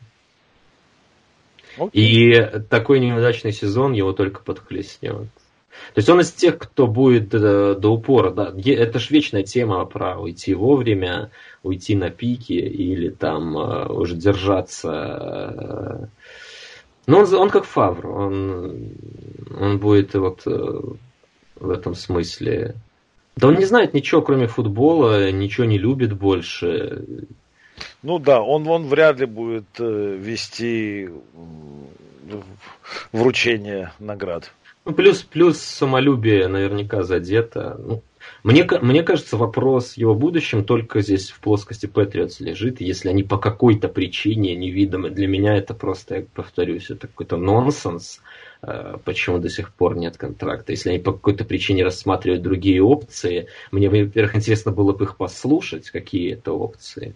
И такой неудачный сезон его только подхлестнет. То есть он из тех, кто будет до упора. Да, это ж вечная тема про уйти вовремя, уйти на пике или там уже держаться Ну, он как Фавр, он будет вот в этом смысле... Да он не знает ничего, кроме футбола, ничего не любит больше. Ну да, он вряд ли будет вести вручение наград. Ну, плюс самолюбие наверняка задето. Ну, мне кажется, вопрос его будущем только здесь в плоскости Патриотс лежит. Если они по какой-то причине невидимы, для меня это просто, я повторюсь, это какой-то нонсенс, почему до сих пор нет контракта. Если они по какой-то причине рассматривают другие опции, мне, во-первых, интересно было бы их послушать, какие это опции.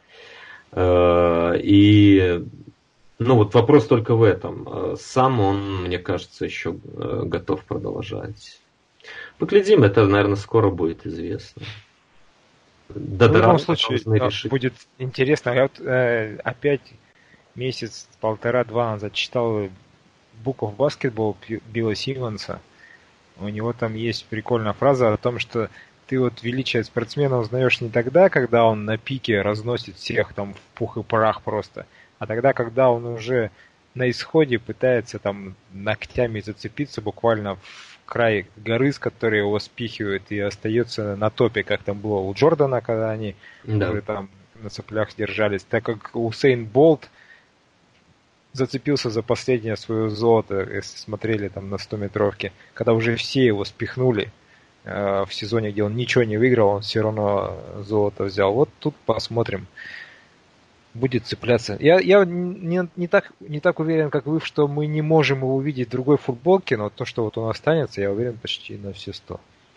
И ну вот вопрос только в этом. Сам он, мне кажется, еще готов продолжать. Поглядим, это, наверное, скоро будет известно. Да, в любом случае, будет интересно. Я вот опять месяц, полтора-два назад читал Book of Basketball Билла Симмонса. У него там есть прикольная фраза о том, что ты вот величие спортсмена узнаешь не тогда, когда он на пике разносит всех там в пух и прах просто, а тогда, когда он уже на исходе пытается там ногтями зацепиться буквально в край горы, с которой его спихивают, и остается на топе, как там было у Джордана, когда они уже там на цеплях держались. Так как Усейн Болт зацепился за последнее свое золото, если смотрели там на 100-метровке, когда уже все его спихнули в сезоне, где он ничего не выиграл, он все равно золото взял. Вот тут посмотрим. Будет цепляться. Я не так уверен, как вы, что мы не можем его увидеть в другой футболке, но то, что вот он останется, я уверен почти на все 100.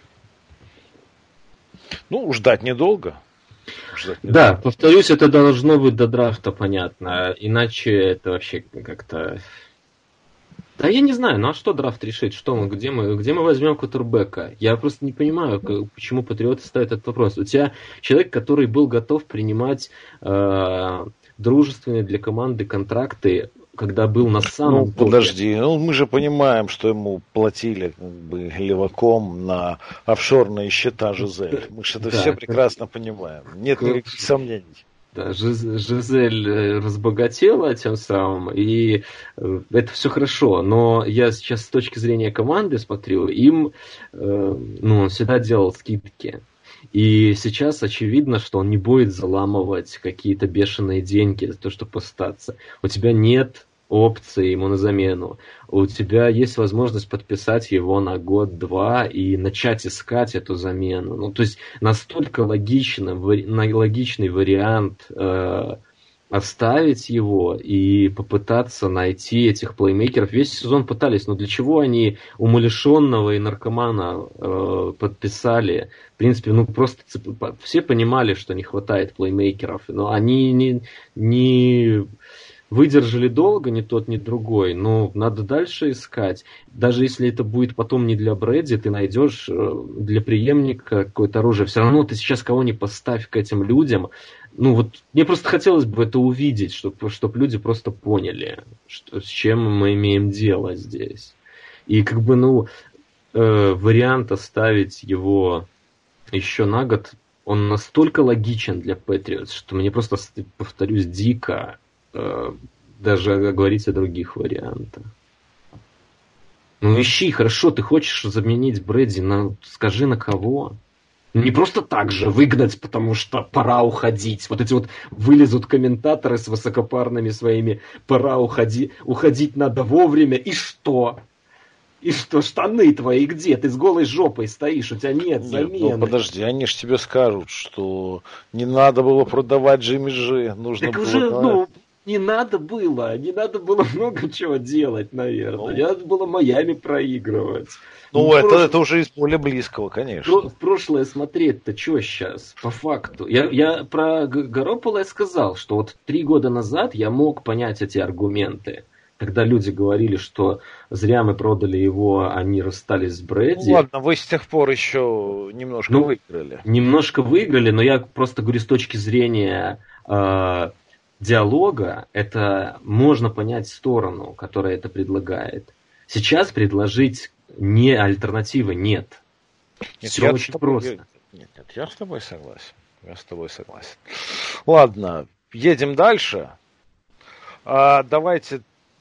Ну, ждать недолго. Да, повторюсь, это должно быть до драфта понятно, иначе это вообще как-то... Да я не знаю, ну а что драфт решит? Где мы возьмем квотербека? Я просто не понимаю, почему патриоты ставят этот вопрос. У тебя человек, который был готов принимать дружественные для команды контракты, когда был на самом... Ну, подожди, мы же понимаем, что ему платили как бы леваком на офшорные счета Жизель. Мы же это все прекрасно понимаем. Нет никаких сомнений. Да, Жизель разбогатела тем самым, и это все хорошо, но я сейчас с точки зрения команды смотрю, им он всегда делал скидки. И сейчас очевидно, что он не будет заламывать какие-то бешеные деньги за то, чтобы остаться. У тебя нет опции ему на замену. У тебя есть возможность подписать его на год-два и начать искать эту замену. Ну, то есть настолько логичный вариант оставить его и попытаться найти этих плеймейкеров. Весь сезон пытались, но для чего они умалишенного и наркомана подписали? В принципе, просто все понимали, что не хватает плеймейкеров, но они не выдержали долго ни тот, ни другой, но надо дальше искать. Даже если это будет потом не для Брэди, ты найдешь для преемника какое-то оружие. Все равно ты сейчас кого не поставь к этим людям. Мне просто хотелось бы это увидеть, чтобы люди просто поняли, с чем мы имеем дело здесь. И вариант оставить его еще на год, он настолько логичен для Патриотс, что мне просто, повторюсь, дико даже говорить о других вариантах. Ищи, хорошо, ты хочешь заменить Брэди, скажи на кого. Не просто так же выгнать, потому что пора уходить. Вот эти вот вылезут комментаторы с высокопарными своими «пора уходить надо вовремя». И что? И что, штаны твои где? Ты с голой жопой стоишь, у тебя нет замены. Подожди, они же тебе скажут, что не надо было продавать Джимми Джи. Нужно так было... уже, не надо было много чего делать, наверное. Не надо было Майами проигрывать. Это уже из более близкого, конечно. В прошлое смотреть-то что сейчас, по факту? Я про Гарополо сказал, что вот 3 года назад я мог понять эти аргументы. Когда люди говорили, что зря мы продали его, они расстались с Брэди. Ладно, вы с тех пор еще немножко выиграли. Немножко выиграли, но я просто говорю с точки зрения диалога, это можно понять сторону, которая это предлагает. Сейчас предложить альтернативы нет. Все очень просто. Нет, я с тобой согласен. Ладно, едем дальше. Давайте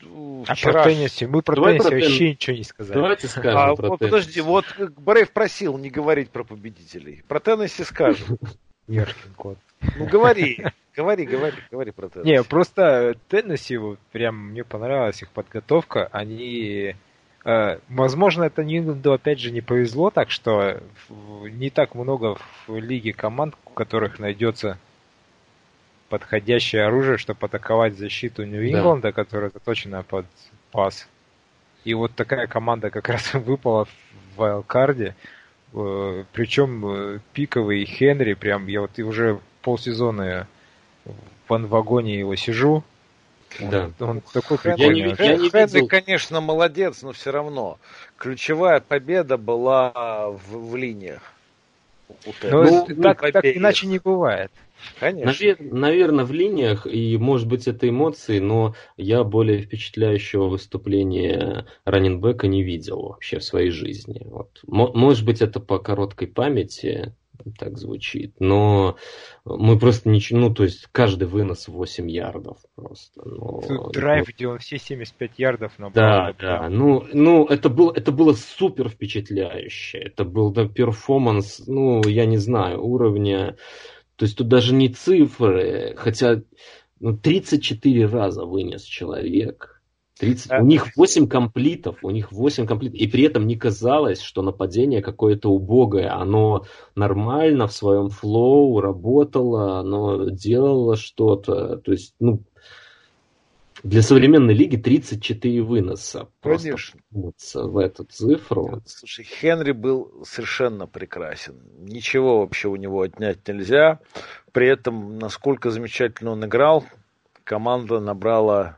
вчера... про Теннесси? Мы про Теннесси вообще ничего не сказали. Давайте скажем про вот Теннесси. подожди, вот Брейв просил не говорить про победителей. Про Теннесси скажем. Ёшкин кот. Ну говори про Теннесси. Не, просто Теннесси, вот прям мне понравилась их подготовка. Они... возможно, это Нью-Ингланду опять же не повезло, так что не так много в лиге команд, у которых найдется подходящее оружие, чтобы атаковать защиту Нью-Ингланда, которая заточена под пас. И вот такая команда как раз выпала в вайлдкарде. Причем пиковый Хенри, прям я вот уже полсезона в вагоне его сижу. Да. Он такой Хенри, прикольный. Хенри, конечно, молодец, но все равно. Ключевая победа была в линиях. Но так иначе не бывает. Конечно. Наверное, в линиях, и может быть это эмоции, но я более впечатляющего выступления раннинбека не видел вообще в своей жизни. Вот. Может быть это по короткой памяти так звучит, но мы просто ничего, ну то есть каждый вынос 8 ярдов просто. Тут драйв, где он все 75 ярдов набрал. Да. Ну это было супер впечатляюще. Это был перформанс, я не знаю, уровня. То есть тут даже не цифры, хотя 34 раза вынес человек. У них 8 комплитов, и при этом не казалось, что нападение какое-то убогое. Оно нормально в своем флоу работало, оно делало что-то. То есть, для современной лиги 34 выноса. Конечно. Просто в эту цифру. Слушай, Хенри был совершенно прекрасен. Ничего вообще у него отнять нельзя. При этом, насколько замечательно он играл, команда набрала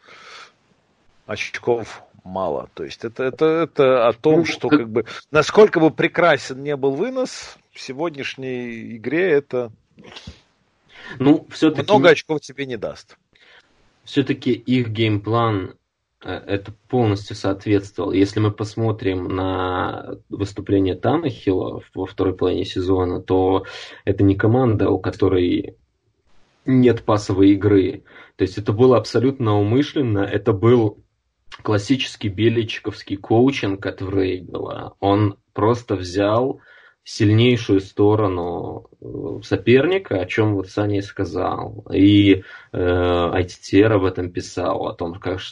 очков мало. То есть это о том, что насколько бы прекрасен не был вынос, в сегодняшней игре это все-таки много очков тебе не даст. Все-таки их геймплан это полностью соответствовал. Если мы посмотрим на выступление Таннехилла во второй половине сезона, то это не команда, у которой нет пасовой игры. То есть это было абсолютно умышленно. Это был классический беличковский коучинг от Vrabel. Он просто взял сильнейшую сторону соперника, о чем вот Саня и сказал. И ITTR об этом писал, о том,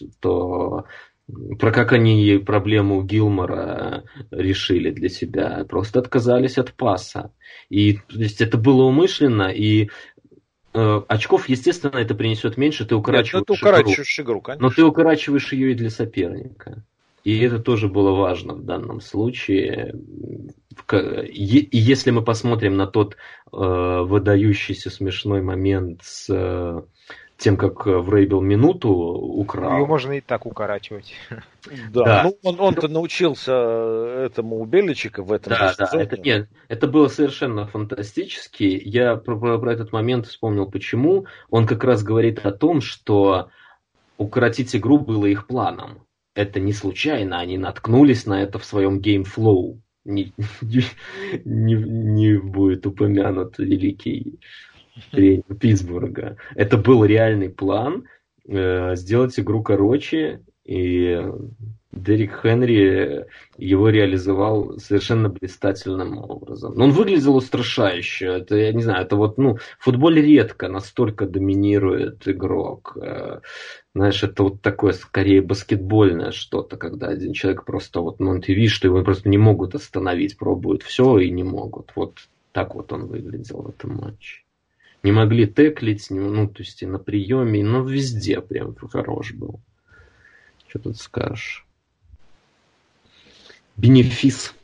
как они проблему Гилмора решили для себя. Просто отказались от паса. И то есть это было умышленно, и очков, естественно, это принесет меньше, ты укорачиваешь игру, конечно. Но ты укорачиваешь ее и для соперника. И это тоже было важно в данном случае. И если мы посмотрим на тот выдающийся смешной момент с тем, как Vrabel минуту украл. Ее можно и так укорачивать. Да. Он-то научился этому у Беличика в этом сезоне. Это было совершенно фантастически. Я про этот момент вспомнил, почему. Он как раз говорит о том, что укоротить игру было их планом. Это не случайно, они наткнулись на это в своем геймфлоу. Не будет упомянут великий тренер Питтсбурга. Это был реальный план сделать игру короче, и Дерек Хенри его реализовал совершенно блистательным образом. Но он выглядел устрашающе. Это, я не знаю, это в футболе редко настолько доминирует игрок. Знаешь, это вот такое скорее баскетбольное что-то, когда один человек просто ты видишь, что его просто не могут остановить, пробуют все и не могут. Вот так вот он выглядел в этом матче. Не могли теклить, то есть и на приеме, но везде прям хорош был. Что тут скажешь? Бенефис.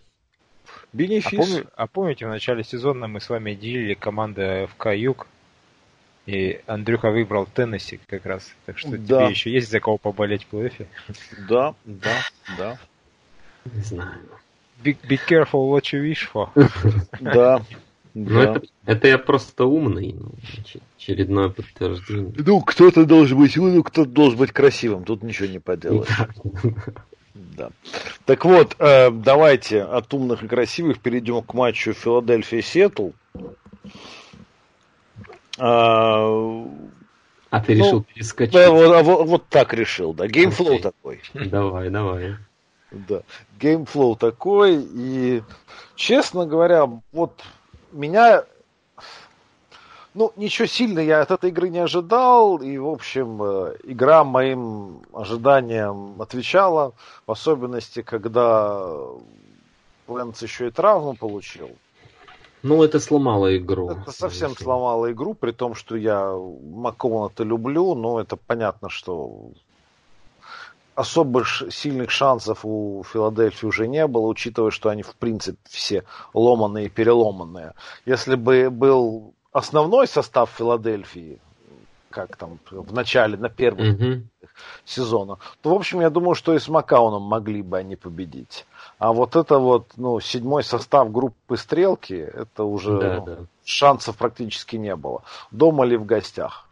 А помните, в начале сезона мы с вами делили команды ФК Юг, и Андрюха выбрал Теннесси как раз. Так что тебе еще есть за кого поболеть в плей-оффе? Да. Не знаю. Be careful what you wish for. Да. Это я просто умный. Очередное подтверждение. Кто-то должен быть умным, кто-то должен быть красивым. Тут ничего не поделаешь. Да. Так вот, давайте от умных и красивых перейдем к матчу Филадельфия-Сиэтл. А ты решил перескочить? Вот так решил, да. Геймфлоу такой. Давай. Да, геймфлоу такой. И, честно говоря, вот меня... Ну, ничего сильного я от этой игры не ожидал, и, в общем, игра моим ожиданиям отвечала, в особенности, когда Лэнс еще и травму получил. Ну, это сломало игру. Это совсем сломало игру, при том, что я МакКоннелла-то люблю, но это понятно, что особо сильных шансов у Филадельфии уже не было, учитывая, что они, в принципе, все ломаные и переломанные. Если бы был основной состав Филадельфии, как там в начале, на первом сезона, то, в общем, я думаю, что и с Маккауном могли бы они победить. А вот это вот, седьмой состав группы «Стрелки», это уже шансов практически не было. Дома ли в гостях?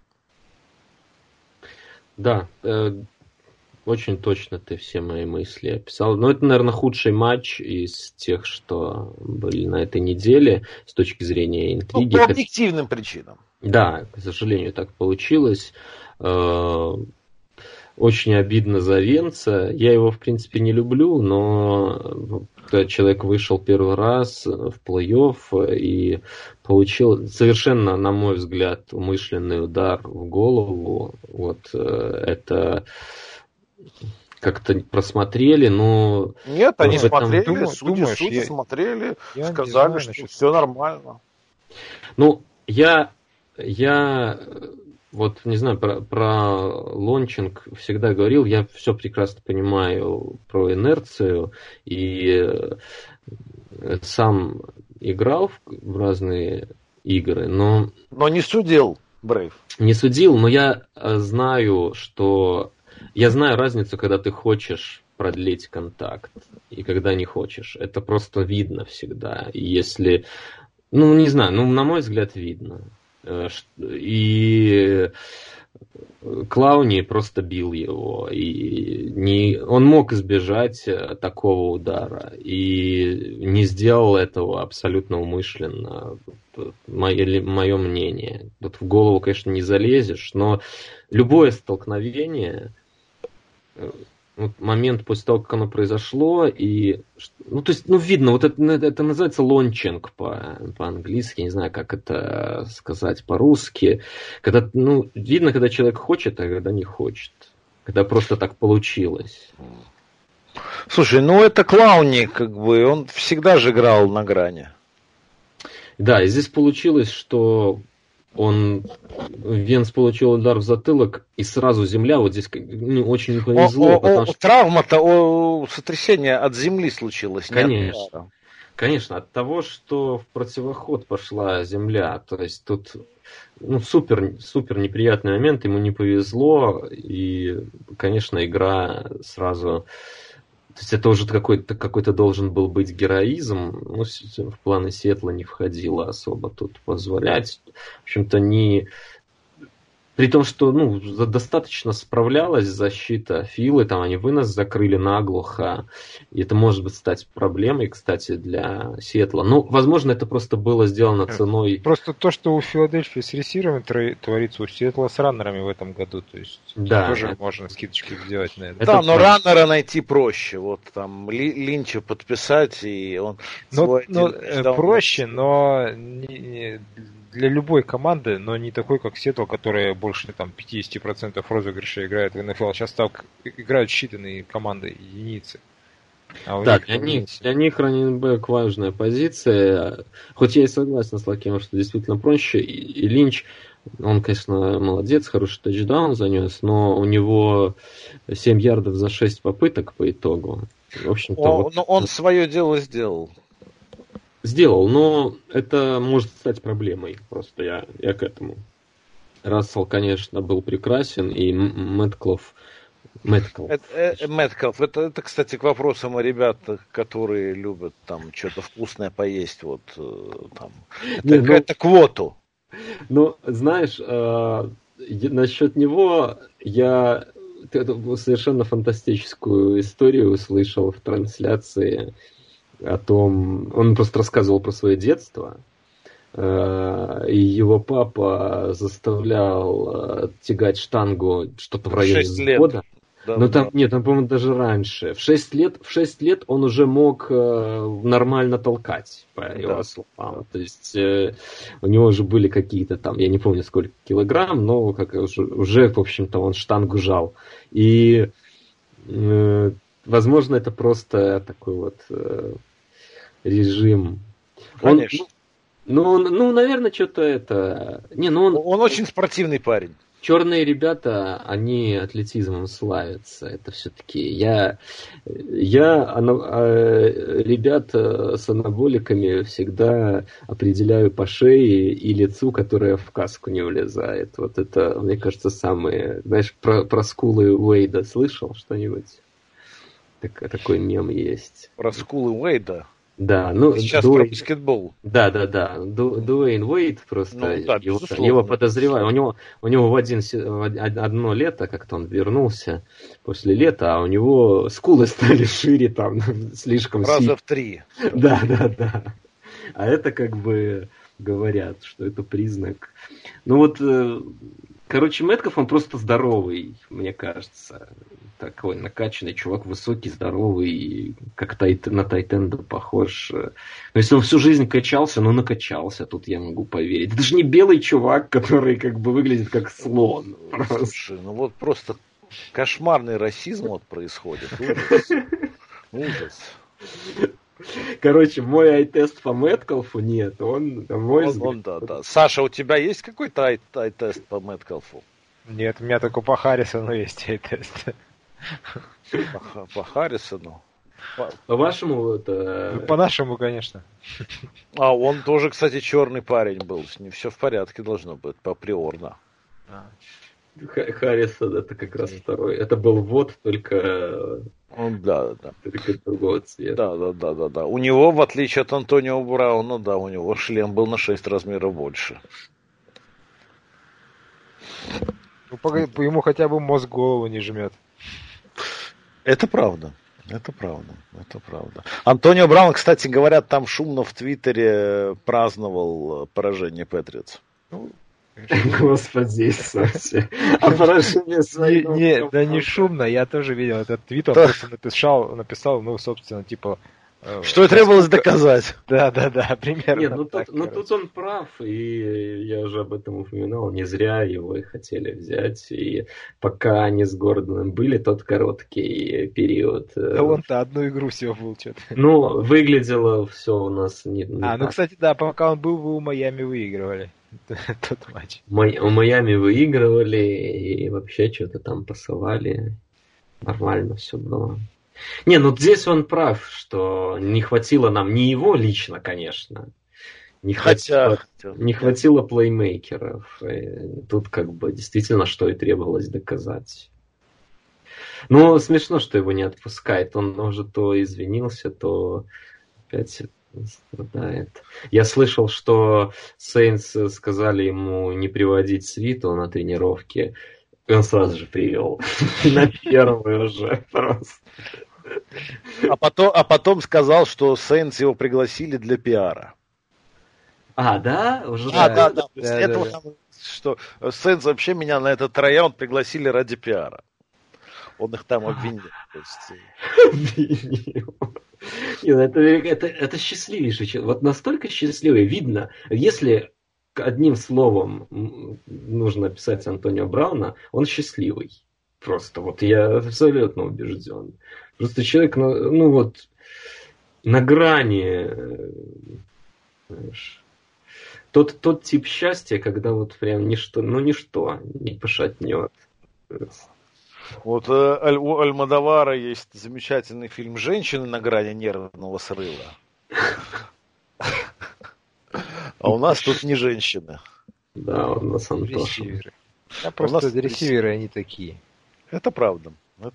Да, очень точно ты все мои мысли описал. Но это, наверное, худший матч из тех, что были на этой неделе с точки зрения интриги. По объективным причинам. Да, к сожалению, так получилось. Очень обидно за Венца. Я его, в принципе, не люблю, но когда человек вышел первый раз в плей-офф и получил совершенно, на мой взгляд, умышленный удар в голову, вот это... как-то просмотрели, но... Нет, они смотрели, судьи смотрели, сказали, что все нормально. Ну, я вот, не знаю, про лончинг всегда говорил, я все прекрасно понимаю про инерцию, и сам играл в разные игры, но... Но не судил, Брейв. Не судил, но я знаю, что... Я знаю разницу, когда ты хочешь продлить контакт и когда не хочешь. Это просто видно всегда. И если... Ну, не знаю, на мой взгляд, видно. И Клауни просто бил его. И он мог избежать такого удара. И не сделал этого абсолютно умышленно. Мое мнение. Тут в голову, конечно, не залезешь, но любое столкновение... Вот момент после того, как оно произошло, и, видно, вот это называется лончинг по-английски, не знаю, как это сказать по-русски, когда, видно, когда человек хочет, а когда не хочет, когда просто так получилось. Слушай, это Клауни, он всегда же играл на грани. Да, и здесь получилось, что Венц получил удар в затылок, и сразу земля, вот здесь очень не повезло. Травма-то, сотрясение от земли случилось. Конечно. Конечно, от того, что в противоход пошла земля. То есть тут супер неприятный момент, ему не повезло, и, конечно, игра сразу... То есть это уже какой-то должен был быть героизм. В планы Сиэтла не входило особо тут позволять. В общем-то, при том, что достаточно справлялась защита Филы, там они вынос закрыли наглухо, и это может быть стать проблемой, кстати, для Сиэтла. Возможно, это просто было сделано ценой... Просто то, что у Филадельфии с ресиверами творится, у Сиэтла с раннерами в этом году, то есть тоже можно скидочки сделать на это. Да, но раннера найти проще, вот там Линча подписать, и он... проще, но... Для любой команды, но не такой, как Сиэтл, которая больше 50% розыгрыша играет в НФЛ. Сейчас так играют считанные команды, единицы. Да, для них раннинг-бэк важная позиция. Хоть я и согласен с Лакимом, что действительно проще. И Линч, он, конечно, молодец, хороший тачдаун занес, но у него 7 ярдов за 6 попыток по итогу. В общем-то, но он свое дело сделал. Сделал, но это может стать проблемой. Просто я к этому. Рассел, конечно, был прекрасен, и Мэткалф. Это, кстати, к вопросам о ребятах, которые любят там что-то вкусное поесть. Вот там. Это квоту. Знаешь, насчет него я совершенно фантастическую историю услышал в трансляции. О том, он просто рассказывал про свое детство, и его папа заставлял тягать штангу что-то в районе 6 лет. года. Да, Ну там, да. нет, там, по-моему, даже раньше. В 6 лет он уже мог нормально толкать, по его словам. То есть у него уже были какие-то там, я не помню сколько килограмм, но как уже в общем-то, он штангу жал. И возможно, это просто такой вот режим. Конечно. Ну, наверное, что-то это... Он очень спортивный парень. Черные ребята, они атлетизмом славятся. Это все-таки ребят с анаболиками всегда определяю по шее и лицу, которое в каску не влезает. Вот это, мне кажется, самые... Знаешь, про скулы Уэйда слышал что-нибудь? Такой мем есть. Про скулы Уэйда. Да, Сейчас про баскетбол. Да. Дуэйн Уэйд просто его подозреваю. У него в одно лето, как-то он вернулся после лета, а у него скулы стали шире там слишком сильно. Раза в 3. Да. А это как бы говорят, что это признак. Ну вот, короче, Мэтков, он просто здоровый, мне кажется. Такой накачанный чувак, высокий, здоровый, как на тайтенда похож. Но если он всю жизнь качался, накачался, тут я могу поверить. Это же не белый чувак, который как бы выглядит как слон. Слушай, вот просто кошмарный расизм вот происходит. Ужас. Короче, мой ай-тест по Мэткалфу нет, он, на мой взгляд... Да. Саша, у тебя есть какой-то ай-тест по Мэткалфу? Нет, у меня только по Харрисону есть ай-тест. По Харрисону? По-вашему, это... По-нашему, конечно. Он тоже, кстати, черный парень был. С ним все в порядке должно быть, априорно. Харрисон, это как раз второй. Это был вот, только... Да. Только другого цвета. Да. У него, в отличие от Антонио Брауна, у него шлем был на 6 размеров больше. Ему хотя бы мозг голову не жмет. Это правда. Антонио Браун, кстати, говорят, там шумно в Твиттере праздновал поражение Патриотс. Господи Иисусе. А поражение своего... Не шумно, я тоже видел этот твит, он просто написал, собственно, типа... Что и требовалось доказать. Да, примерно. Нет, тут он прав, и я уже об этом упоминал, не зря его и хотели взять, и пока они с Гордоном были, тот короткий период. Да он-то одну игру всего был что-то. Выглядело все у нас не так. Кстати, да, пока он был, вы у Майами выигрывали тот матч. У Майами выигрывали, и вообще что-то там пасовали, нормально все было. Здесь он прав, что не хватило нам, не его лично, конечно, не хватило плеймейкеров. И тут как бы действительно что и требовалось доказать. Смешно, что его не отпускает. Он уже то извинился, то опять страдает. Я слышал, что Сейнс сказали ему не приводить свиту на тренировке. И он сразу же привел. На первый уже просто. А потом сказал, что Сейнс его пригласили для пиара. Да? Уже да. После этого, что Сейнс вообще меня на этот район пригласили ради пиара. Он их там обвинил. Обвинил. Это счастливейший. Вот настолько счастливый. Видно, если одним словом нужно описать Антонио Брауна, он счастливый. Просто я абсолютно убежден. Просто человек, на грани, знаешь, тот тип счастья, когда прям ничто не пошатнет. У Альмодовара есть замечательный фильм «Женщины на грани нервного срыва». А у нас тут не женщины. Да, у нас Антоша. Просто ресиверы они такие. Это правда, да.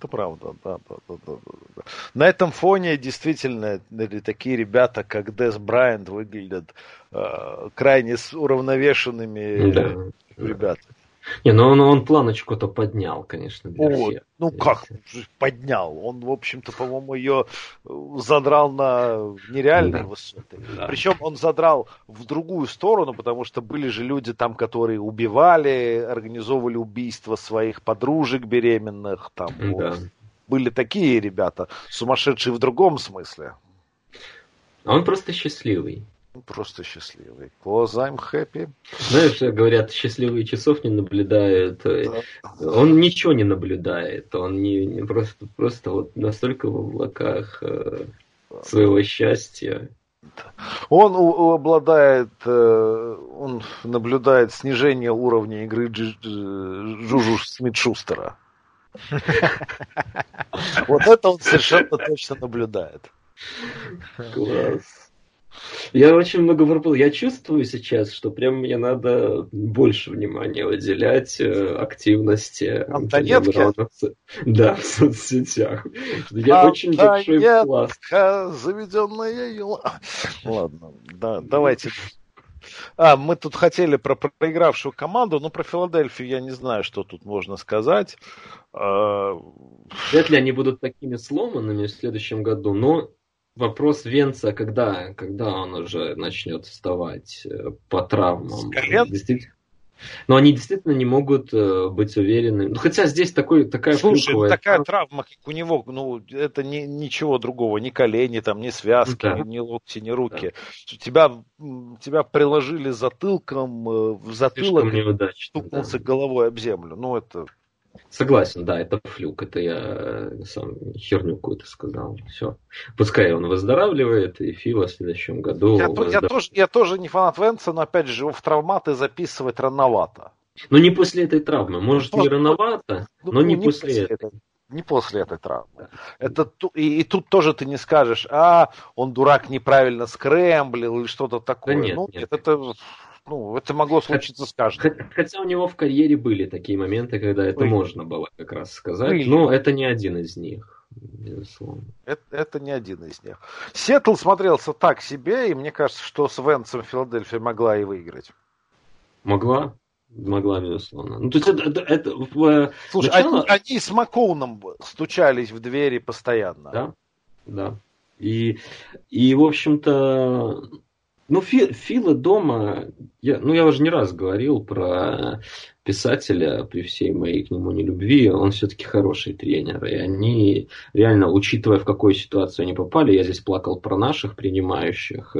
На этом фоне действительно такие ребята, как Дес Брайант, выглядят крайне уравновешенными ребятами. Не, ну он планочку-то поднял, конечно, для Вот. всех. Ну как поднял? Он, в общем-то, по-моему, ее задрал на нереальные Да. высоты. Да. Причем он задрал в другую сторону, потому что были же люди там, которые убивали, организовывали убийства своих подружек беременных. Там Да. вот. Были такие ребята, сумасшедшие в другом смысле. А он просто счастливый. Просто счастливый. Cause I'm happy. Знаешь, говорят, счастливые часов не наблюдают. Да. Он ничего не наблюдает. Он не просто вот настолько в облаках своего счастья. Он обладает, он наблюдает снижение уровня игры Жужу Смит-Шустера. Вот это он совершенно точно наблюдает. Класс. Я очень много пропустил. Я чувствую сейчас, что прям мне надо больше внимания уделять активности Антонетки? Да, в соцсетях. Я очень большой вклад. Заведенная юла. Ладно, да, давайте. Мы тут хотели про проигравшую команду, но про Филадельфию я не знаю, что тут можно сказать. Вряд ли они будут такими сломанными в следующем году, но вопрос Венца, когда он уже начнет вставать по травмам. Но они действительно не могут быть уверены. Ну, хотя здесь такая флюковая... такая травма, как у него, это ничего другого, ни колени, там, ни связки, ни локти, ни руки. Да. Тебя приложили затылком в затылок, стукнулся головой об землю. Это... Согласен, да, это флюк, это я сам херню какую-то сказал. Все. Пускай он выздоравливает, и Фила в следующем году... Я тоже не фанат Венца, но опять же, его в травматы записывать рановато. Ну, не после этой травмы. Может, не рановато, но не после этой. Не после этой травмы. И тут тоже ты не скажешь, он дурак неправильно скрэмблил или что-то такое. Да нет. Это могло случиться с каждым. Хотя у него в карьере были такие моменты, когда это можно было как раз сказать. Но это не один из них, безусловно. Это не один из них. Сиэтл смотрелся так себе, и мне кажется, что с Венцем Филадельфия могла и выиграть. Могла, безусловно. То есть Слушай, начало... они с Макоуном стучались в двери постоянно. Да. И в общем-то... Фила дома, я уже не раз говорил про писателя, при всей моей к нему нелюбви, он все-таки хороший тренер. И они, реально, учитывая, в какую ситуацию они попали, я здесь плакал про наших принимающих.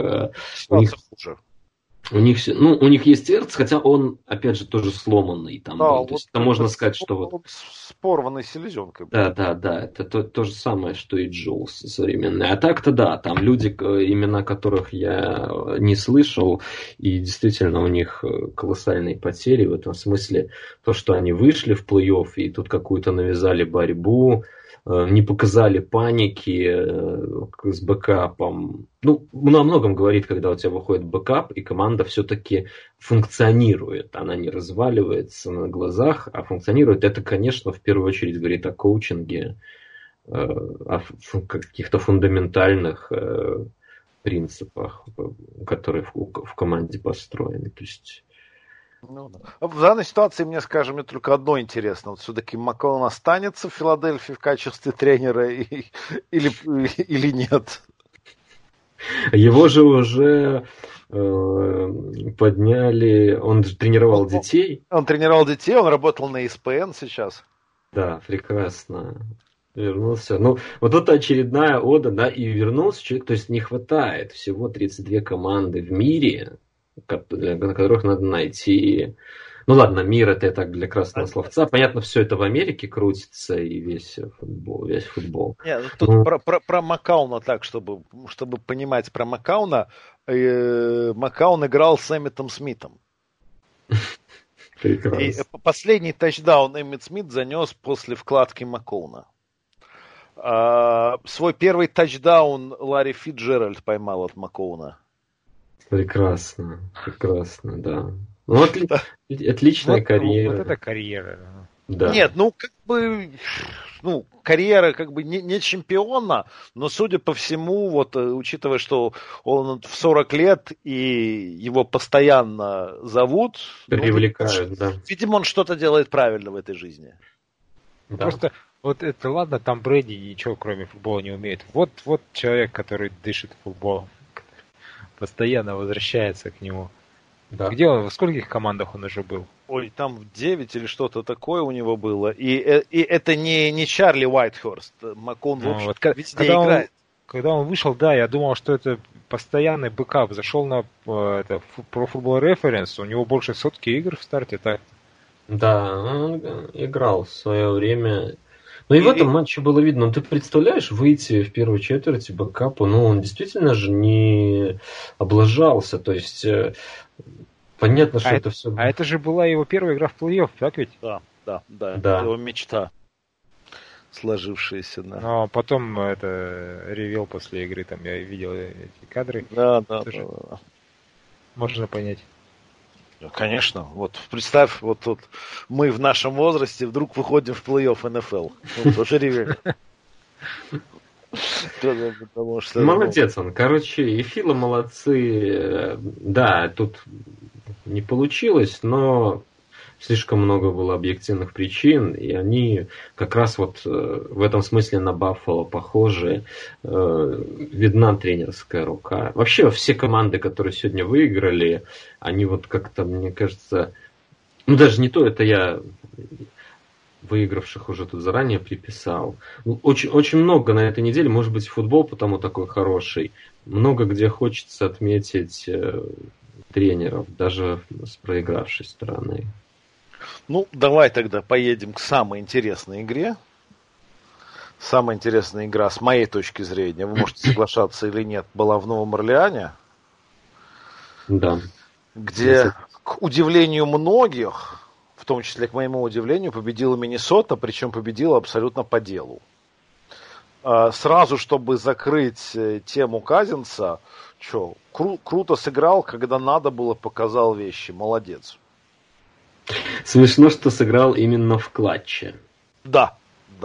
У них есть Эрц, хотя он, опять же, тоже сломанный там был. То есть это можно сказать, что вот... С порванной селезенкой. Да. Это то же самое, что и Джоулс современный. А так-то да, там люди, имена которых я не слышал, и действительно у них колоссальные потери. В этом смысле то, что они вышли в плей-офф и тут какую-то навязали борьбу, не показали паники с бэкапом. О многом говорит, когда у тебя выходит бэкап, и команда все-таки функционирует. Она не разваливается на глазах, а функционирует. Это, конечно, в первую очередь говорит о коучинге, о каких-то фундаментальных принципах, которые в команде построены. То есть... В данной ситуации мне, скажем, мне только одно интересно. Вот все-таки Макколон останется в Филадельфии в качестве тренера или нет? Его же уже подняли... Он же тренировал детей. Он тренировал детей, он работал на ESPN сейчас. Да, прекрасно. Вернулся. Вот это очередная ода, да, и вернулся человек. То есть не хватает всего 32 команды в мире, для которых надо найти... ладно, мир это так для красного словца. Понятно, все это в Америке крутится, и весь футбол. Нет, тут про Маккауна так, чтобы понимать про Маккауна. Маккаун играл с Эммитом Смитом. Прекрасно. И последний тачдаун Эммит Смит занес после вкладки Маккауна. Свой первый тачдаун Ларри Фитджеральд поймал от Маккауна. Прекрасно, да. Отличная карьера. Вот это карьера. Да. Нет, карьера не чемпиона, но, судя по всему, учитывая, что он в 40 лет и его постоянно зовут, Привлекают, да. Видимо, он что-то делает правильно в этой жизни. Да. Просто это ладно, там Брэди ничего кроме футбола не умеет. Вот человек, который дышит футболом, постоянно возвращается к нему. Да. Где он, в скольких командах он уже был? Ой, там в 9 или что-то такое у него было. И это не Чарли Уайтхорст. Макон везде играет. Когда он вышел, да, я думал, что это постоянный бэкап. Зашел на Pro Football Reference, у него больше 100 игр в старте, так? Да, он играл в свое время. Но и в этом матче было видно. Ты представляешь, выйти в первой четверти бэкапу, он действительно же не облажался. То есть, понятно, что это все... А это же была его первая игра в плей-офф, так ведь? Да. Это его мечта, сложившаяся. Да. Но потом ревел после игры, там я видел эти кадры. Да. Можно понять. Конечно. Представь, мы в нашем возрасте вдруг выходим в плей-офф НФЛ. Тоже ревели. Молодец он. Короче, и Фила молодцы. Да, тут не получилось, но слишком много было объективных причин, и они как раз в этом смысле на Баффало похожи. Видна тренерская рука. Вообще все команды, которые сегодня выиграли, они как-то, мне кажется, даже не то, это я выигравших уже тут заранее приписал. Очень, очень много на этой неделе, может быть, футбол потому такой хороший. Много где хочется отметить тренеров, даже с проигравшей стороны. Давай тогда поедем к самой интересной игре. Самая интересная игра, с моей точки зрения, вы можете соглашаться или нет, была в Новом Орлеане. Да. Где, к удивлению многих, в том числе к моему удивлению, победила Миннесота, причем победила абсолютно по делу. Сразу, чтобы закрыть тему Казинца, круто сыграл, когда надо было, показал вещи. Молодец. Смешно, что сыграл именно в клатче. Да.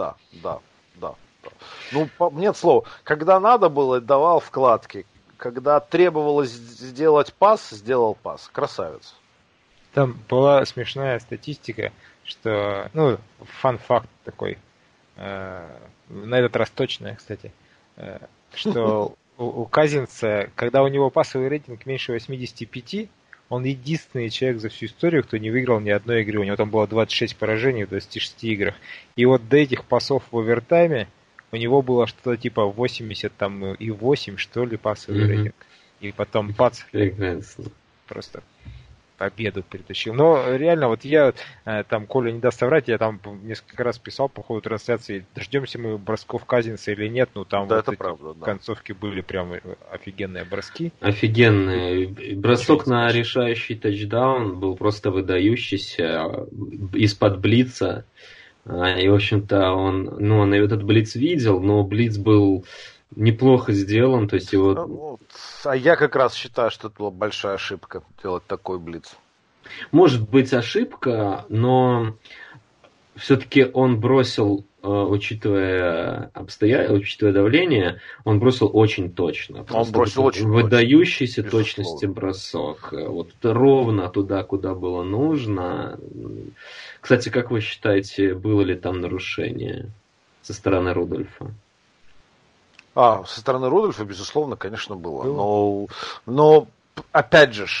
Нет слова. Когда надо было, давал вкладки. Когда требовалось сделать пас, сделал пас. Красавец. Там была смешная статистика, что, фан-факт такой, на этот раз точная, кстати, что у Казинца, когда у него пасовый рейтинг меньше 85, он единственный человек за всю историю, кто не выиграл ни одной игры. У него там было 26 поражений в 26 играх. И до этих пасов в овертайме у него было что-то типа 88, что ли, пасовый рейтинг. И потом бац, просто победу притащил. Но реально, я, там, Коля не даст соврать, я там несколько раз писал по ходу трансляции, дождемся мы бросков Казинца или нет, там это правда, концовки были прям офигенные броски. Офигенные. Бросок на решающий тачдаун был просто выдающийся из-под блица. И, в общем-то, он этот блиц видел, но блиц был неплохо сделан, то есть его... А я как раз считаю, что это была большая ошибка делать такой блиц. Может быть ошибка, но все-таки он бросил, учитывая давление, он бросил очень точно. Он бросил очень выдающейся точности бросок. Ровно туда, куда было нужно. Кстати, как вы считаете, было ли там нарушение со стороны Рудольфа? Со стороны Рудольфа, безусловно, конечно, было. Но опять же,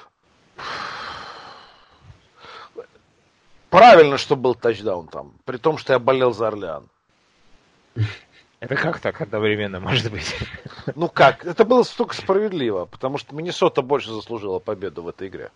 правильно, что был тачдаун там, при том, что я болел за Орлеан. Это как так одновременно может быть? Как? Это было столько справедливо, потому что Миннесота больше заслужила победу в этой игре.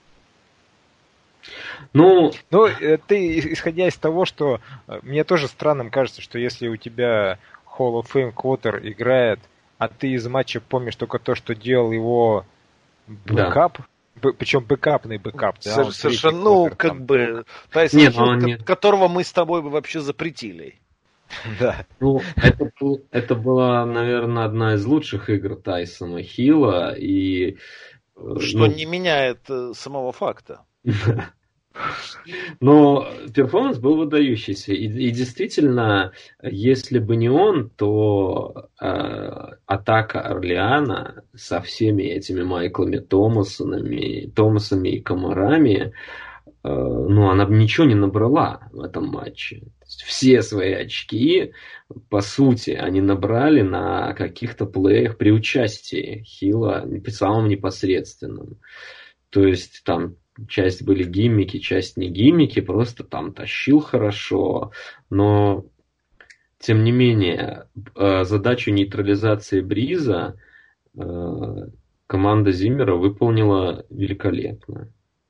Ты, исходя из того, что мне тоже странным кажется, что если у тебя Hall of Fame квотер играет, а ты из матча помнишь только то, что делал его бэкап, причем бэкапный бэкап. Да, совершенно, Тайсон, которого мы с тобой бы вообще запретили. Да. Это была, наверное, одна из лучших игр Тайсона Хилла. Что не меняет самого факта. Но перформанс был выдающийся. И действительно, если бы не он, то атака Орлеана со всеми этими Майклами Томасами и Комарами, она бы ничего не набрала в этом матче. Все свои очки, по сути, они набрали на каких-то плеях при участии Хилла, самым непосредственным. То есть там часть были гиммики, часть не гиммики, просто там тащил хорошо, но тем не менее задачу нейтрализации Бриза команда Зиммера выполнила великолепно.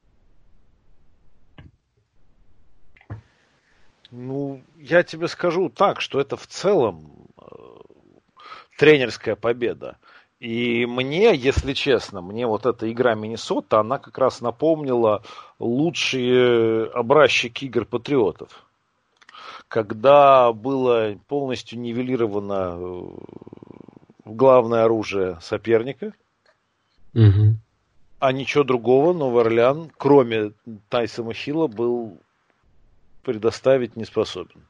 Я тебе скажу так, что это в целом тренерская победа. И мне, если честно, вот эта игра Миннесота, она как раз напомнила лучшие образчики игр Патриотов. Когда было полностью нивелировано главное оружие соперника, а ничего другого Новый Орлеан, кроме Тайсона Хилла, был предоставить не способен.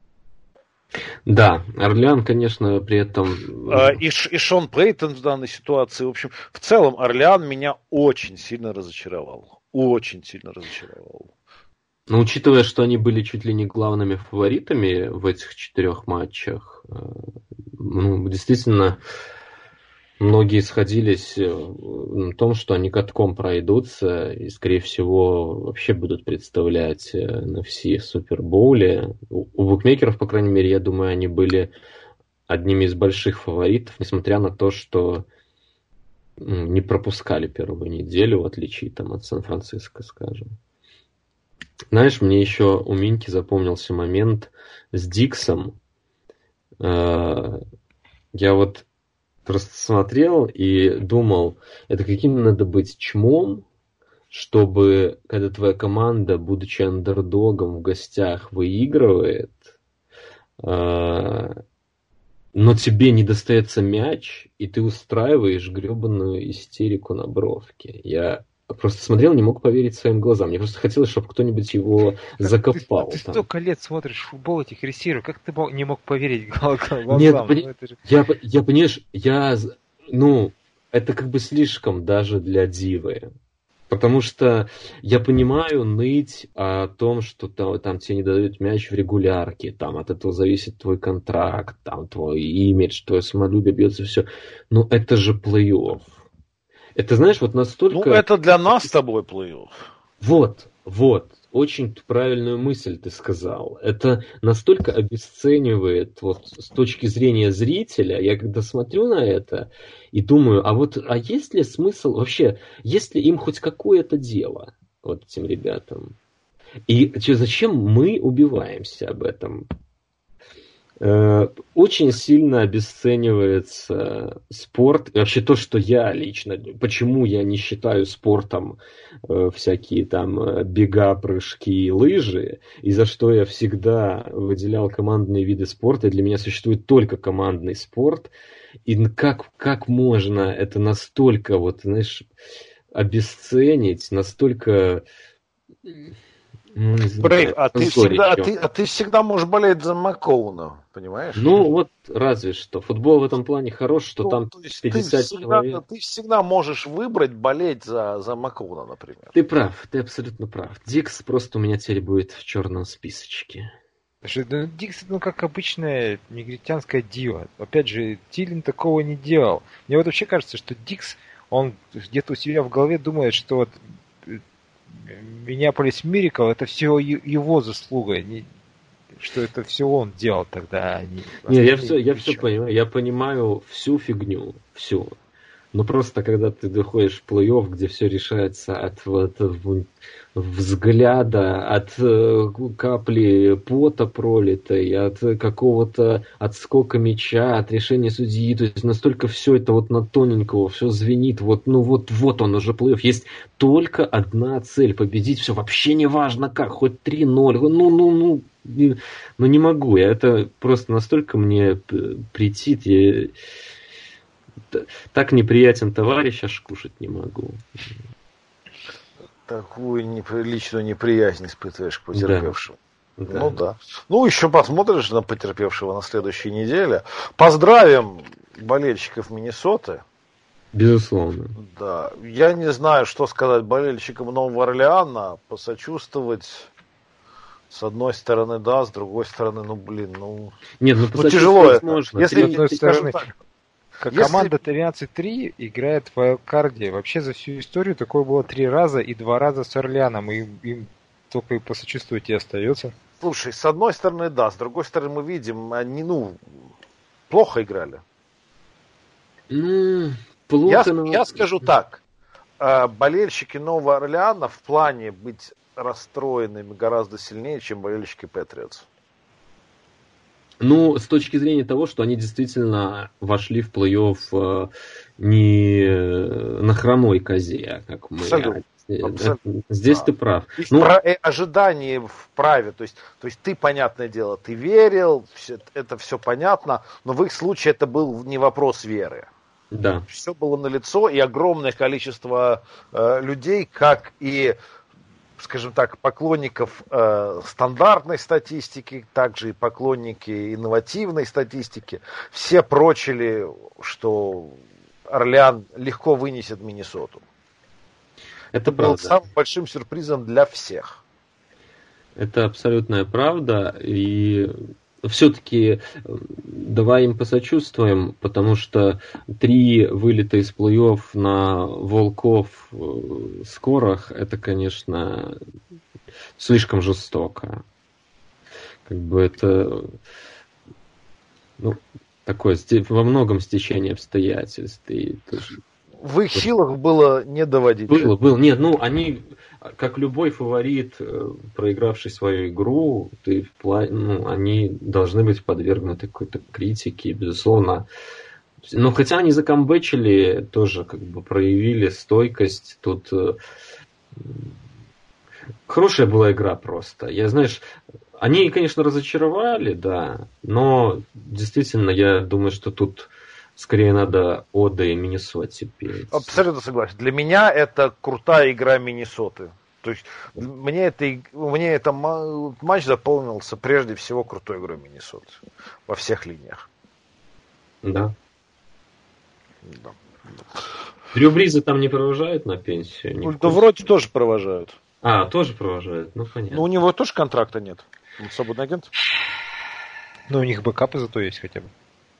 Да, Орлеан, конечно, при этом... И Шон Пейтон в данной ситуации. В общем, в целом Орлеан меня очень сильно разочаровал. Очень сильно разочаровал. Но учитывая, что они были чуть ли не главными фаворитами в этих 4 матчах, действительно, многие сходились на том, что они катком пройдутся и, скорее всего, вообще будут представлять NFC в Супербоуле. У букмекеров, по крайней мере, я думаю, они были одними из больших фаворитов, несмотря на то, что не пропускали первую неделю, в отличие от Сан-Франциско, скажем. Знаешь, мне еще у Миньки запомнился момент с Диксом. Я просто смотрел и думал, это каким надо быть чмом, чтобы, когда твоя команда, будучи андердогом в гостях, выигрывает, но тебе не достается мяч, и ты устраиваешь гребаную истерику на бровке. Я просто смотрел, не мог поверить своим глазам. Мне просто хотелось, чтобы кто-нибудь его закопал. Ты столько лет смотришь футбол этих ресиверов, как ты не мог поверить глазам? Нет, я понимаешь, это как бы слишком даже для дивы. Потому что я понимаю ныть о том, что там тебе не дают мяч в регулярке, там от этого зависит твой контракт, там твой имидж, твое самолюбие бьется, все. Но это же плей-офф. Это, знаешь, настолько... это для нас с тобой плей-офф. Вот. Очень правильную мысль ты сказал. Это настолько обесценивает с точки зрения зрителя. Я когда смотрю на это и думаю, а есть ли смысл вообще, есть ли им хоть какое-то дело этим ребятам? И зачем мы убиваемся об этом? Очень сильно обесценивается спорт. И вообще то, что я лично... Почему я не считаю спортом всякие там бега, прыжки и лыжи, и за что я всегда выделял командные виды спорта, и для меня существует только командный спорт. И как можно это настолько, обесценить, настолько... Брейв, ты всегда можешь болеть за Маккоуна, понимаешь? Разве что. Футбол в этом плане хорош, что там 50 человек. Ты всегда можешь выбрать болеть за Маккоуна, например. Ты прав, ты абсолютно прав. Дикс просто у меня теперь будет в черном списочке. Дикс, как обычная негритянская дива. Опять же, Тилин такого не делал. Мне вообще кажется, что Дикс, он где-то у себя в голове думает, что Миннеаполис Мирикл это все его заслуга, что это все он делал тогда. Я все понимаю, я понимаю всю фигню, всю. Но просто когда ты доходишь в плей-офф, где все решается от взгляда, от капли пота пролитой, от какого-то отскока мяча, от решения судьи, то есть настолько все это на тоненького, все звенит, вот он уже плей-офф. Есть только одна цель — победить, все вообще не важно как, хоть 3-0, не могу, это просто настолько мне претит, так неприятен товарищ, аж кушать не могу. такую личную неприязнь испытываешь к потерпевшему. Да. Ну да. Ну, еще посмотришь на потерпевшего на следующей неделе. Поздравим болельщиков Миннесоты. Безусловно. Да. Я не знаю, что сказать болельщикам Нового Орлеана. Посочувствовать. С одной стороны, да, с другой стороны, Нет, тяжело это. Можно. Если, С одной стороны, так, команда 13-3 играет в вайлдкарде. Вообще за всю историю такое было 3 раза и 2 раза с Орлеаном. И им только и посочувствовать и остается. Слушай, с одной стороны, да, с другой стороны, мы видим, они, плохо играли. Плохо, Я скажу так. Болельщики Нового Орлеана в плане быть расстроенными гораздо сильнее, чем болельщики Патриотс. Ну, с точки зрения того, что они действительно вошли в плей-офф не на хромой козе, как мы. Абсолютно. Здесь Да. ты прав. Ожидание вправе. То есть ты, понятное дело, ты верил, это все понятно, но в их случае это был не вопрос веры. Да. Все было налицо, и огромное количество людей, как и, скажем так, поклонников стандартной статистики, также и поклонники инновативной статистики, все прочили, что Орлеан легко вынесет Миннесоту. Это был правда. самым большим сюрпризом для всех. Это абсолютная правда. И все-таки давай им посочувствуем, потому что 3 вылета из плей-офф на волков скорых, это, конечно, слишком жестоко. Как бы это такое во многом стечение обстоятельств. И в их силах было не доводить. Было. Нет, они, как любой фаворит, проигравший свою игру, они должны быть подвергнуты какой-то критике, безусловно. Но хотя они закамбэчили, тоже как бы проявили стойкость. Тут хорошая была игра просто. Они, конечно, разочаровали, да, но действительно, я думаю, что тут скорее надо оды Миннесоте петь. Абсолютно согласен. Для меня это крутая игра Миннесоты. То есть мне это матч заполнился прежде всего крутой игрой Миннесоты. Во всех линиях. Да. Дрю Бриза там не провожают на пенсию? Да вроде тоже провожают. Тоже провожают, понятно. У него тоже контракта нет. Он свободный агент. Но у них бэкапы зато есть хотя бы.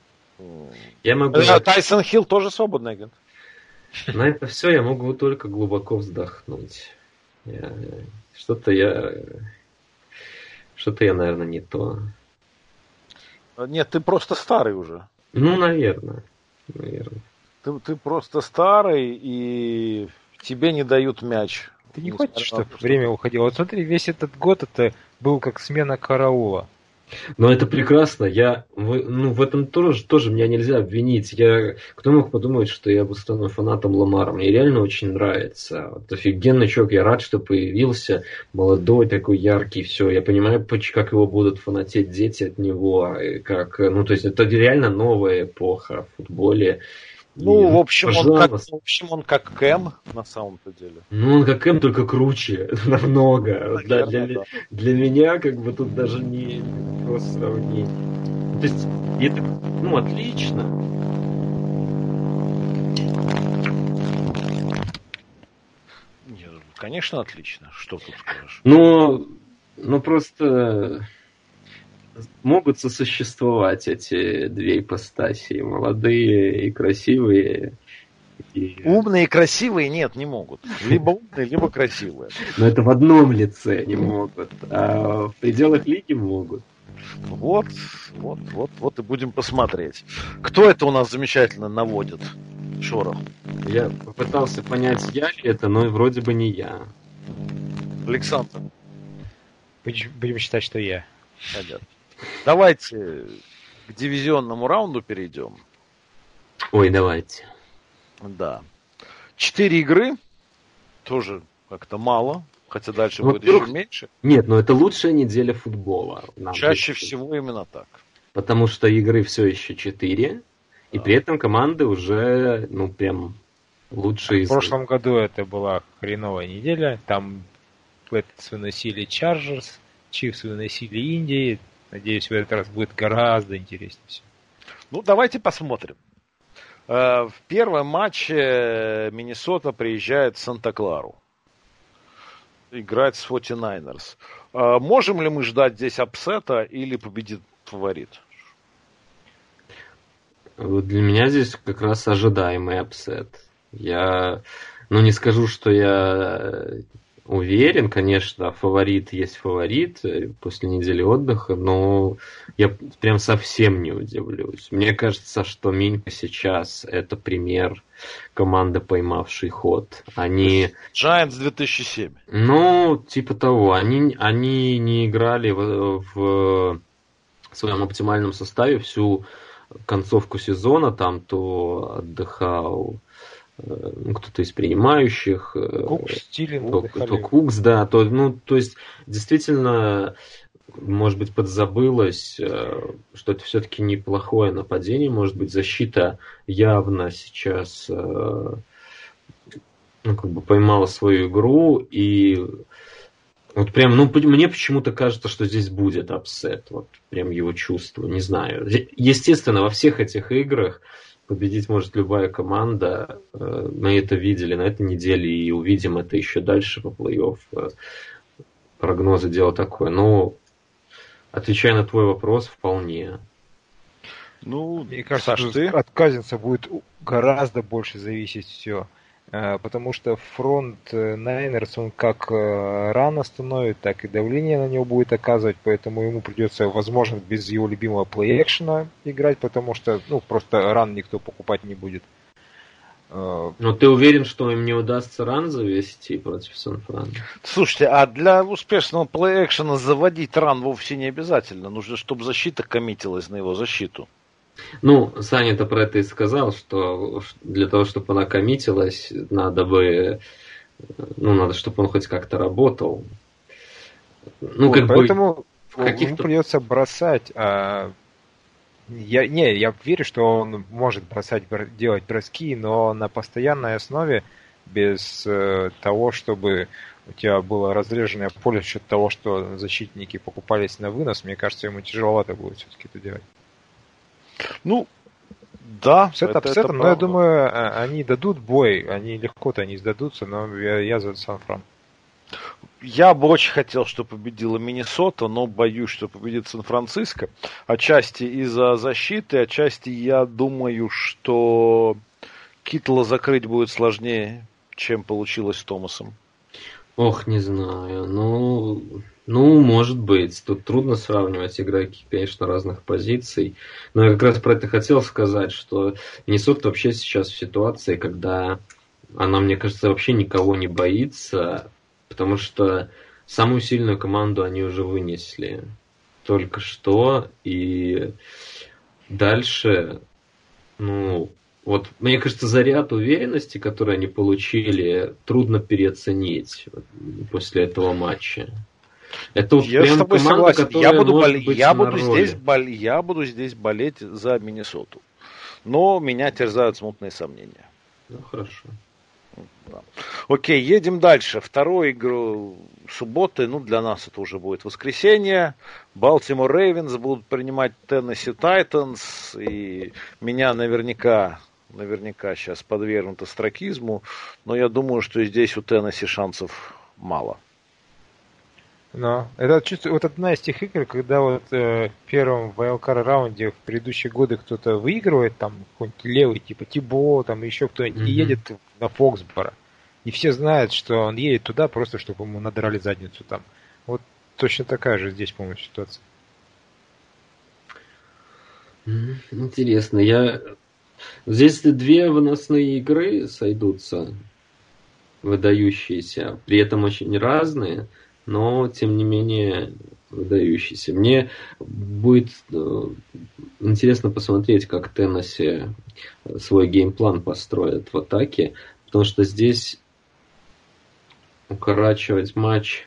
Тайсон Хилл тоже свободный агент. На это все я могу только глубоко вздохнуть. Что-то я, наверное, не то. Нет, ты просто старый уже. Наверное. Ты просто старый, и тебе не дают мяч. Ты не хочешь, чтобы время уходило? Вот смотри, весь этот год это был как смена караула. Но это прекрасно. В этом тоже меня нельзя обвинить. Кто мог подумать, что я стану фанатом Ламара? Мне реально очень нравится. Вот офигенный чувак. Я рад, что появился. Молодой, такой яркий, все. Я понимаю, как его будут фанатеть дети от него. То есть это реально новая эпоха в футболе. В общем, он как Кэм, на самом-то деле. Он как Кэм, только круче. Намного. Наверное, для меня, тут даже не просто сравнение. То есть, это, отлично. Нет, конечно, отлично. Что тут скажешь? Просто могут сосуществовать эти 2 ипостаси. Молодые и красивые. Умные и красивые нет, не могут. Либо умные, либо красивые. Но это в одном лице не могут. А в пределах лиги могут. Вот и будем посмотреть. Кто это у нас замечательно наводит шорох? Я попытался понять, я ли это, но вроде бы не я. Александр. Будем считать, что я. Понятно. Давайте к дивизионному раунду перейдем. Ой, давайте. Да. 4 игры. Тоже как-то мало. Хотя дальше будет еще меньше. Нет, это лучшая неделя футбола. Чаще всего именно так. Потому что игры все еще 4. И при этом команды уже, прям Лучший В прошлом году это была хреновая неделя. Там выносили Chargers, Chiefs выносили Индии. Надеюсь, в этот раз будет гораздо интереснее все. Ну, давайте посмотрим. В первом матче Миннесота приезжает в Санта-Клару играть с 49ers. Можем ли мы ждать здесь апсета или победит фаворит? Для меня здесь как раз ожидаемый апсет. Я, не скажу, что я уверен, конечно, фаворит есть фаворит после недели отдыха, но я прям совсем не удивлюсь. Мне кажется, что Минька сейчас это пример команды, поймавшей ход. Они... Giants 2007. Типа того. Они не играли в своем оптимальном составе всю концовку сезона, там то отдыхал кто-то из принимающих, то Кукс, да, то есть действительно, может быть, подзабылось, что это все-таки неплохое нападение, может быть, защита явно сейчас поймала свою игру, и вот прям, мне почему-то кажется, что здесь будет апсет, вот прям его чувство, не знаю. Естественно, во всех этих играх победить может любая команда. Мы это видели на этой неделе и увидим это еще дальше по плей-офф. Прогнозы дело такое. Но, отвечая на твой вопрос, вполне. Мне кажется, от Казинца будет гораздо больше зависеть все. Потому что фронт Найнерс, он как ран остановит, так и давление на него будет оказывать, поэтому ему придется, возможно, без его любимого плей-экшена играть, потому что, просто ран никто покупать не будет. Но ты уверен, что им не удастся ран завести против Сан-Фран? Слушайте, а для успешного плей-экшена заводить ран вовсе не обязательно. Нужно, чтобы защита коммитилась на его защиту. Саня-то про это и сказал, что для того, чтобы она коммитилась, надо, чтобы он хоть как-то работал. Поэтому ему придется бросать. Я верю, что он может делать броски, но на постоянной основе, без того, чтобы у тебя было разреженное поле за счет того, что защитники покупались на вынос, мне кажется, ему тяжеловато будет все-таки это делать. Да. Апсетом, но я думаю, они дадут бой. Они легко-то не сдадутся, но я за Сан-Фран. Я бы очень хотел, чтобы победила Миннесота, но боюсь, что победит Сан-Франциско. Отчасти из-за защиты, отчасти я думаю, что Киттла закрыть будет сложнее, чем получилось с Томасом. Ох, не знаю. Может быть. Тут трудно сравнивать игроки, конечно, разных позиций. Но я как раз про это хотел сказать, что Миннесота вообще сейчас в ситуации, когда она, мне кажется, вообще никого не боится, потому что самую сильную команду они уже вынесли только что. И дальше, мне кажется, заряд уверенности, который они получили, трудно переоценить после этого матча. Это я прям с тобой команда, согласен. Я буду здесь болеть за Миннесоту. Но меня терзают смутные сомнения. Хорошо. Да. Окей, едем дальше. Вторую игру субботы, для нас это уже будет воскресенье. Балтимор Рейвенс будут принимать Теннесси Тайтанс. И меня наверняка сейчас подвергнут остракизму. Но я думаю, что здесь у Теннесси шансов мало. Это одна из тех игр, когда в первом вайлдкард раунде в предыдущие годы кто-то выигрывает, там какой-нибудь левый, типа Тибо, там еще кто-нибудь, и едет на Фоксборо. И все знают, что он едет туда просто, чтобы ему надрали задницу там. Вот точно такая же здесь, по-моему, ситуация. Интересно. Здесь две выносные игры сойдутся, выдающиеся, при этом очень разные, но, тем не менее, выдающиеся. Мне будет интересно посмотреть, как Теннесси свой геймплан построит в атаке, потому что здесь укорачивать матч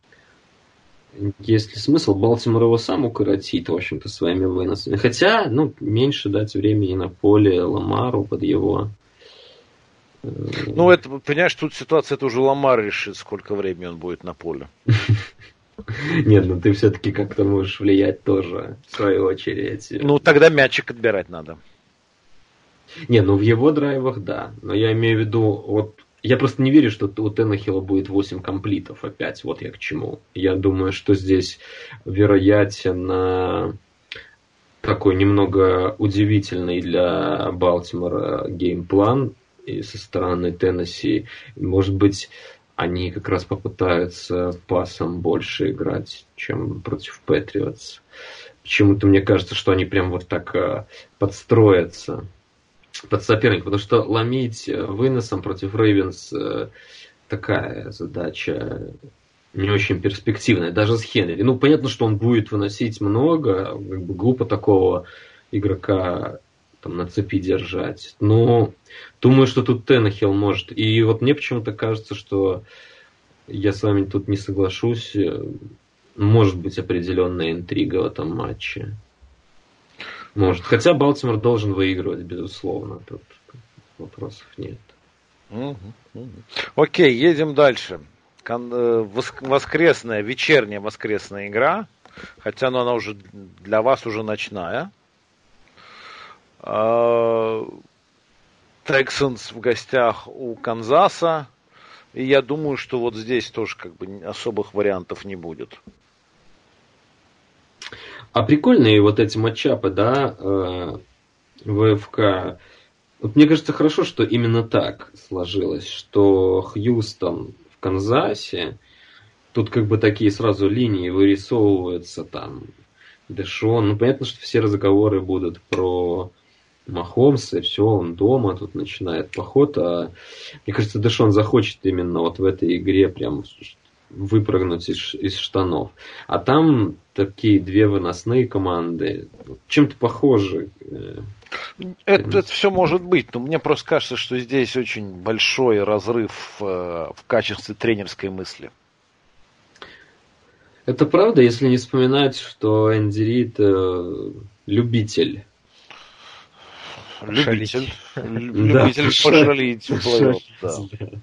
есть ли смысл. Балтимор его сам укоротит, в общем-то, своими выносами. Хотя, меньше дать времени на поле Ламару под его Ну, это, понимаешь, тут ситуация, это уже Ламар решит, сколько времени он будет на поле. Нет, ну ты все-таки как-то можешь влиять тоже, в свою очередь. Ну, тогда мячик отбирать надо. Не, ну в его драйвах, да. Но я имею в виду, вот я просто не верю, что у Теннехилла будет 8 комплитов опять. Вот я к чему. Я думаю, что здесь вероятен такой немного удивительный для Балтимора геймплан и со стороны Теннесси. Может быть, они как раз попытаются пасом больше играть, чем против Патриотс. Почему-то мне кажется, что они прям вот так подстроятся под соперника, потому что ломить выносом против Рейвенс такая задача не очень перспективная, даже с Хенри. Ну, понятно, что он будет выносить много, как бы глупо такого игрока там на цепи держать. Но думаю, что тут Теннехилл может. И вот мне почему-то кажется, что я с вами тут не соглашусь. Может быть определенная интрига в этом матче. Может. Хотя Балтимор должен выигрывать, безусловно. Тут вопросов нет. Окей, едем дальше. Воскресная, вечерняя воскресная игра. Хотя она уже для вас уже ночная. Texans в гостях у Канзаса. И я думаю, что вот здесь тоже как бы особых вариантов не будет. А прикольные вот эти матчапы, да, ВФК. Вот мне кажется, хорошо, что именно так сложилось, что Хьюстон в Канзасе, тут как бы такие сразу линии вырисовываются там. Дэшон, ну понятно, что все разговоры будут про Махомса, и все, он дома, тут начинает поход, а мне кажется, Дэшон захочет именно вот в этой игре прям выпрыгнуть из штанов. А там такие две выносные команды, чем-то похожи. Это все может быть, но мне просто кажется, что здесь очень большой разрыв в качестве тренерской мысли. Это правда, если не вспоминать, что Энди Рид любитель. Любитель пошалить в плей-офф, да.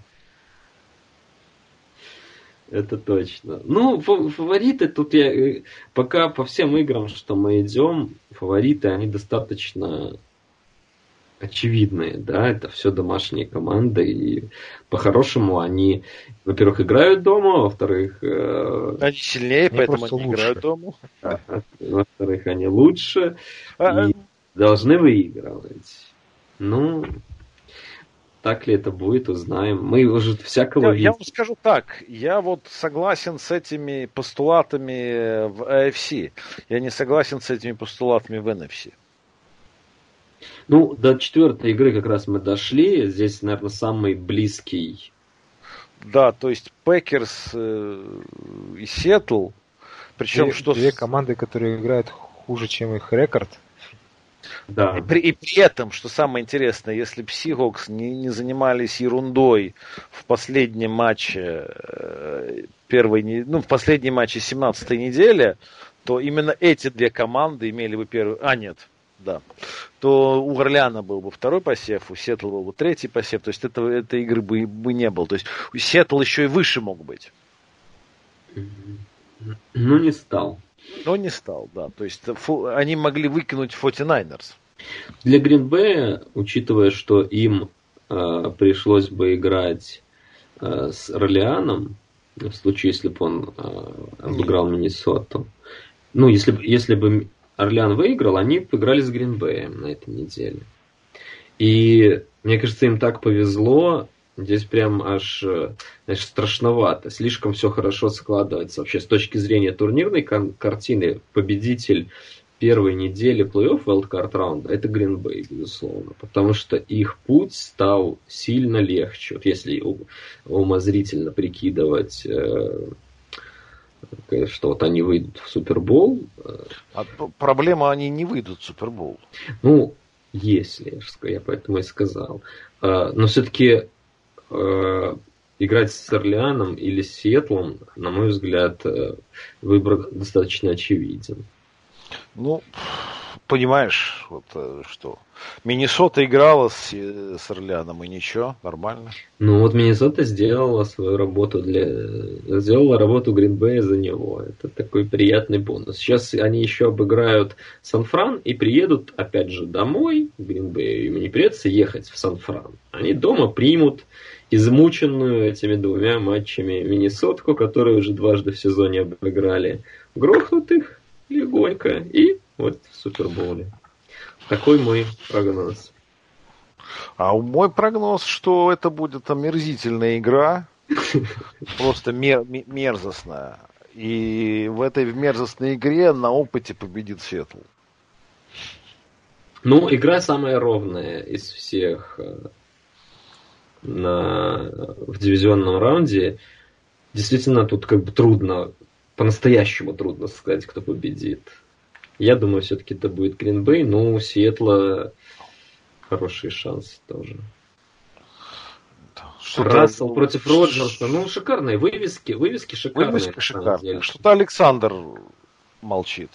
Это точно. Ну, фавориты тут пока по всем играм, что мы идем, фавориты, они достаточно очевидные, да, это все домашние команды, и по-хорошему они, во-первых, играют дома, во-вторых... Они сильнее, поэтому они играют дома. Во-вторых, они лучше, и должны выигрывать. Ну... Так ли это будет, узнаем. Мы уже всякого видим. Я вам скажу так. Я вот согласен с этими постулатами в AFC. Я не согласен с этими постулатами в NFC. Ну, до 4-й игры как раз мы дошли. Здесь, наверное, самый близкий. Да, то есть Пекерс и Сиэтл. Причем две команды, которые играют хуже, чем их рекорд. Да. И при этом, что самое интересное, если бы Seahawks не занимались ерундой в последнем матче в последнем матче 17-й недели, то именно эти две команды имели бы первый... То у Орлеана был бы второй посев, у Сиэтла был бы третий посев, то есть этой игры бы не было. То есть у Сиэтла еще и выше мог быть. Ну, не стал. Но не стал, да. То есть они могли выкинуть 49ers. Для Грин-Бэя, учитывая, что им пришлось бы играть с Орлеаном, в случае, если бы он обыграл Миннесоту. Ну, если бы Орлеан выиграл, они бы играли с Грин-Бэем на этой неделе. И мне кажется, им так повезло. Здесь прям аж, знаешь, страшновато. Слишком все хорошо складывается. Вообще, с точки зрения турнирной картины, победитель первой недели плей-офф Wildcard раунда — это Green Bay, безусловно. Потому что их путь стал сильно легче. Вот если умозрительно прикидывать, что вот они выйдут в Супербол. Проблема, они не выйдут в Супербол. Ну, если, я поэтому и сказал. Но все-таки играть с Орлеаном или с Сиэтлом, на мой взгляд, выбор достаточно очевиден. Ну, понимаешь, вот что. Миннесота играла с Орлеаном, и ничего, нормально. Ну вот Миннесота сделала свою работу сделала работу Грин-Бэя за него. Это такой приятный бонус. Сейчас они еще обыграют Сан-Фран и приедут опять же домой. Грин-Бэю им не придется ехать в Сан-Фран. Они дома примут измученную этими 2 матчами Миннесотку, которую уже дважды в сезоне обыграли. Грохнут их легонько и вот в Супербоуле. Такой мой прогноз. А мой прогноз, что это будет омерзительная игра, просто мерзостная. И в этой мерзостной игре на опыте победит Сиэтл. Ну, игра самая ровная из всех в дивизионном раунде. Действительно, тут как бы трудно, по-настоящему трудно сказать, кто победит. Я думаю, все-таки это будет Грин-Бэй, но у Сиэтла хорошие шансы тоже. Рассел против Роджерса. Ну, шикарные вывески шикарные. Вывески шикарные. Что-то Александр молчит.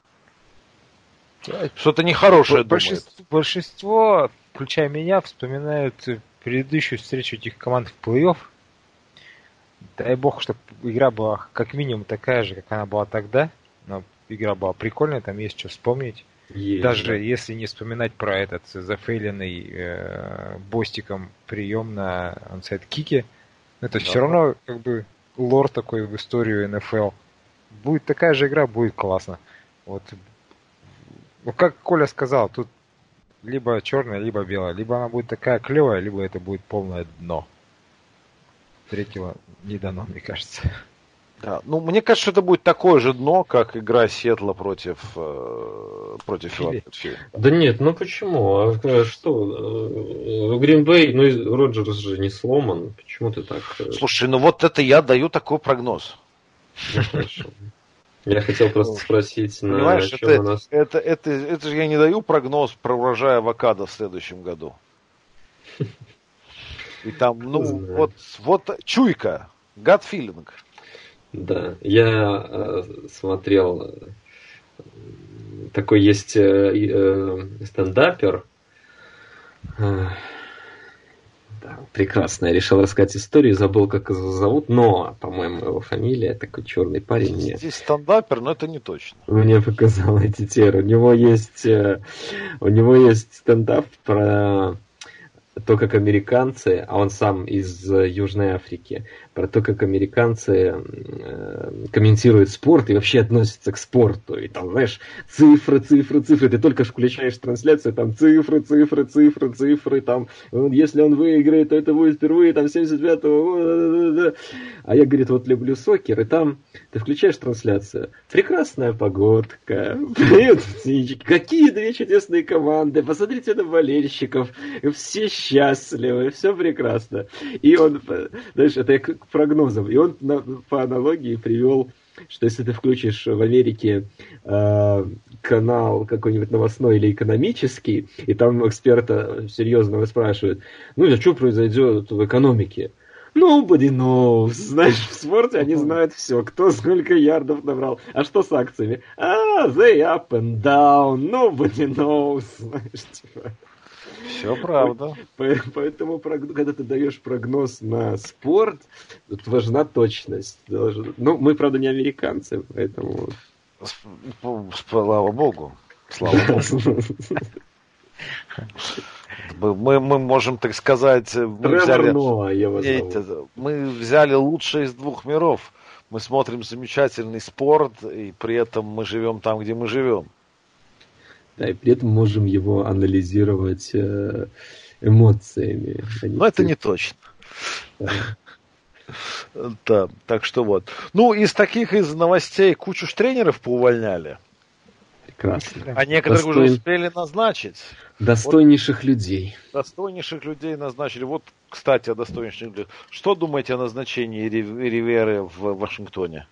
Что-то нехорошее думает. Большинство, включая меня, вспоминают предыдущую встречу этих команд в плей-офф. Дай бог, чтобы игра была как минимум такая же, как она была тогда. Но игра была прикольная, там есть что вспомнить. Даже если не вспоминать про этот зафейленный Бостиком прием на онсайд-кике, это все равно как бы лор такой в историю НФЛ. Будет такая же игра, будет классно. Вот. Ну, как Коля сказал, тут либо черная, либо белая. Либо она будет такая клевая, либо это будет полное дно. Третьего не дано, мне кажется. Да, ну, мне кажется, что это будет такое же дно, как игра Сиэтла против Филадельфии. Да нет, ну почему? А что? Грин-Бэй, ну Роджерс же не сломан. Почему ты так? Слушай, ну вот это я даю такой прогноз. Ну, хорошо. Я хотел просто спросить, понимаешь, на чем у нас... это же я не даю прогноз про урожай авокадо в следующем году. И там, ну, вот чуйка, gut feeling. Да, я смотрел, такой есть стендапер, да, прекрасно, я решил рассказать историю, забыл, как его зовут, но, по-моему, его фамилия, такой черный парень. Здесь стендапер, но это не точно. Мне показал эти теры. У него есть стендап про то, как американцы, а он сам из Южной Африки, про то, как американцы комментируют спорт и вообще относятся к спорту. И там, знаешь, цифры. Ты только включаешь трансляцию, там цифры. Там, если он выиграет, то это будет впервые, там, 75-го. А я, говорит, вот люблю сокер, и там ты включаешь трансляцию. Прекрасная погодка. Какие 2 чудесные команды. Посмотрите на болельщиков. Все счастливы, все прекрасно. И он, знаешь, это к прогнозам. И он по аналогии привел, что если ты включишь в Америке канал какой-нибудь новостной или экономический, и там эксперта серьезного спрашивают, ну, а что произойдет в экономике? Nobody knows. Знаешь, в спорте они знают все. Кто сколько ярдов набрал. А что с акциями? They up and down. Nobody knows. Знаешь, типа... Все правда. Поэтому, когда ты даешь прогноз на спорт, тут важна точность. Ну, мы, правда, не американцы, поэтому... Слава богу. Мы можем, так сказать, мы взяли лучшее из 2 миров. Мы смотрим замечательный спорт, и при этом мы живем там, где мы живем. Да, и при этом можем его анализировать эмоциями. Но это не точно. Да, так что вот. Ну, из новостей кучу ж тренеров поувольняли. Прекрасно. А некоторых уже успели назначить. Достойнейших людей. Достойнейших людей назначили. Вот, кстати, о достойнейших людях. Что думаете о назначении Риверы в Вашингтоне?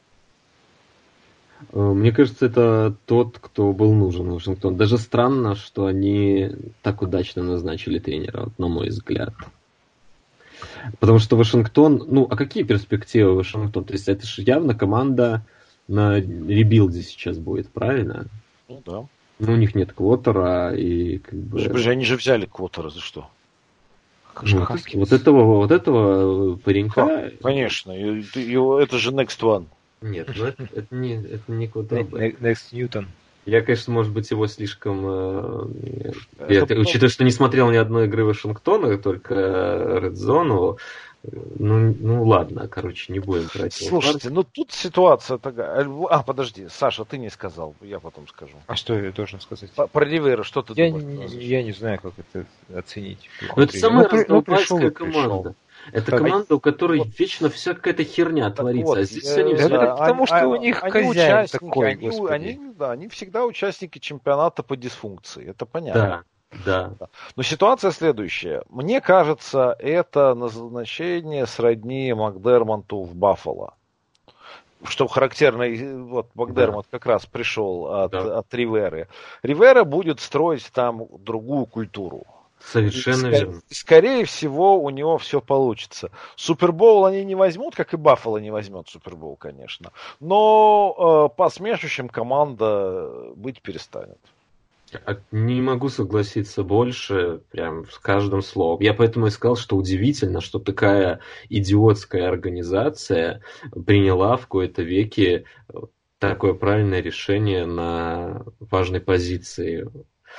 Мне кажется, это тот, кто был нужен в Вашингтон. Даже странно, что они так удачно назначили тренера, вот, на мой взгляд. Потому что Вашингтон... Ну, а какие перспективы Вашингтон? То есть это же явно команда на ребилде сейчас будет, правильно? Ну да. Ну, у них нет квотера, и как бы... Они же взяли квотера, за что? Ну, вот этого паренька... Конечно, это же Next One. Нет, ну это не квотербэк. Next Newton. Я, конечно, может быть, его слишком... учитывая, что не смотрел ни одной игры Вашингтона, только Red Zone, ну ладно, короче, не будем тратить. Слушайте, ну тут ситуация такая. Подожди, Саша, ты не сказал, я потом скажу. А что я должен сказать? Про Ривера, что ты думаешь? Я не знаю, как это оценить. Ну, это самая раздолбайская команда. Это команда, у которой вечно вся какая-то херня творится. Вот, а здесь они все... Это потому, что у них хозяин такой, они всегда участники чемпионата по дисфункции. Это понятно. Да. Но ситуация следующая. Мне кажется, это назначение сродни Макдермонту в Баффало. Что характерно, вот Макдермонт как раз пришел от Риверы. Ривера будет строить там другую культуру. Совершенно верно. Скорее всего, у него все получится. Супербоул они не возьмут, как и Баффало не возьмет Супербоул, конечно. Но по смешущим команда быть перестанет. Не могу согласиться больше, прям с каждым словом. Я поэтому и сказал, что удивительно, что такая идиотская организация приняла в какой-то веке такое правильное решение на важной позиции.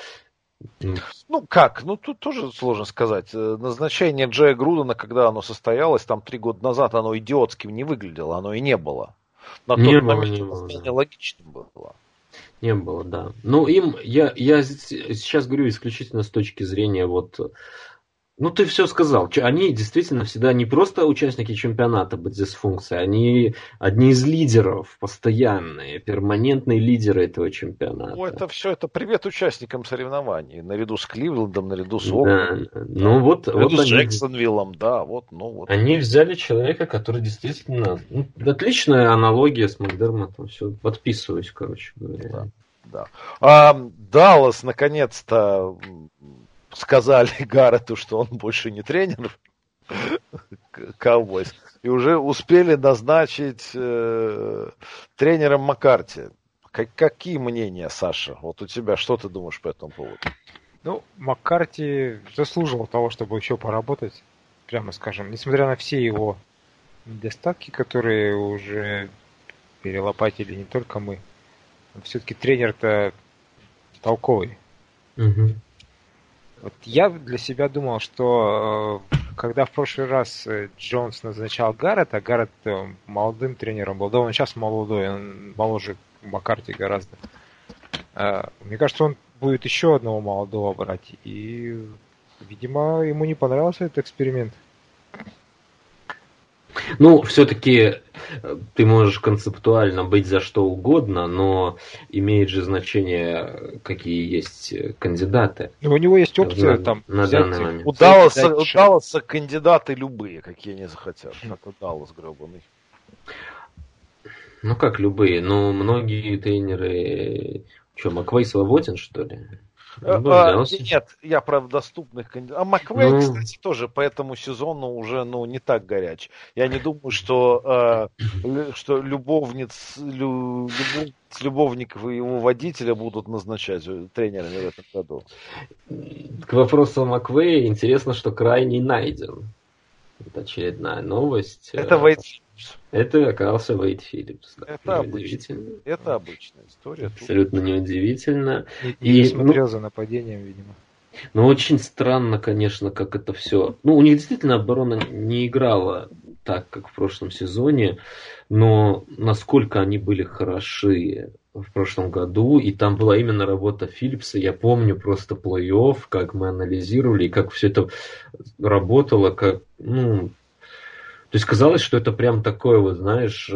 Ну как? Ну тут тоже сложно сказать. Назначение Джея Грудена, когда оно состоялось, там 3 года назад, оно идиотским не выглядело, оно и не было. На тот момент это логичным было. Не было, да. Ну, я сейчас говорю исключительно с точки зрения вот... Ну, ты все сказал. Они действительно всегда не просто участники чемпионата по дисфункции, они одни из лидеров, постоянные, перманентные лидеры этого чемпионата. Ну, это все, это привет участникам соревнований. Наряду с Кливлендом, наряду с Оклендом. Да. Ну, вот наряду с они... Джексонвиллом, да, вот. Они взяли человека, который действительно... Ну, отличная аналогия с Макдермотом. Все, подписываюсь, короче говоря. Да. Даллас, наконец-то... сказали Гаррету, что он больше не тренер Cowboys, и уже успели назначить тренером Маккарти. Какие мнения, Саша? Вот у тебя, что ты думаешь по этому поводу? Ну, Маккарти заслуживал того, чтобы еще поработать, прямо скажем, несмотря на все его недостатки, которые уже перелопатили не только мы. Все-таки тренер-то толковый. Угу. Вот я для себя думал, что когда в прошлый раз Джонс назначал Гаррета, Гаррет молодым тренером был, да он сейчас молодой, он моложе Маккарти гораздо. Мне кажется, он будет еще одного молодого брать, и, видимо, ему не понравился этот эксперимент. Ну, все-таки ты можешь концептуально быть за что угодно, но имеет же значение, какие есть кандидаты. Ну, у него есть опция там на данный момент. У Далласа кандидаты любые, какие они захотят. Как у Даллас гребаный. Ну, как любые. Ну, многие тренеры... Что, Маквей свободен, что ли? Нет, я про доступных кандидатов. А Маквей, кстати, тоже по этому сезону уже не так горяч. Я не думаю, что любовников и его водителя будут назначать тренерами в этом году. К вопросу о Маквее интересно, что крайний найден. Это очередная новость. Это Вейд Филлипс. Это оказался Вейд Филлипс. Да. Это обычная история. Абсолютно неудивительно. И смотрел за нападением, видимо. Но очень странно, конечно, как это все. Ну, у них действительно оборона не играла так, как в прошлом сезоне, но насколько они были хороши в прошлом году, и там была именно работа Филлипса. Я помню просто плей-офф, как мы анализировали, и как все это работало, как, то есть казалось, что это прям такой вот, знаешь,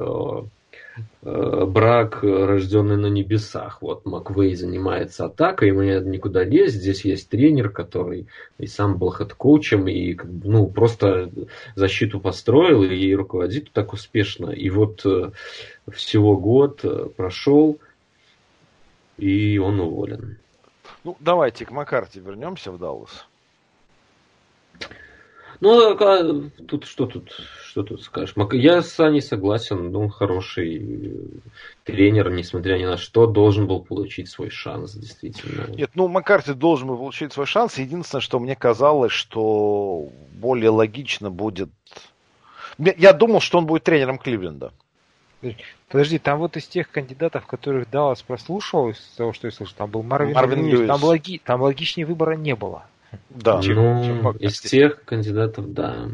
брак, рожденный на небесах. Вот Маквей занимается атакой, ему не надо никуда лезть. Здесь есть тренер, который и сам был хед-коучем, и просто защиту построил и руководит так успешно. И вот всего год прошел, и он уволен. Ну, давайте к Маккарти вернемся в Даллас. Тут что тут скажешь? Я с Аней согласен, он хороший тренер, несмотря ни на что, должен был получить свой шанс, действительно. Нет, Маккарти должен был получить свой шанс. Единственное, что мне казалось, что более логично будет... Я думал, что он будет тренером Кливленда. Подожди, там вот из тех кандидатов, которых Даллас прослушал, из того, что я слышал, там был Марвин Льюис. Там логичнее выбора не было. Да. Из тех кандидатов, да.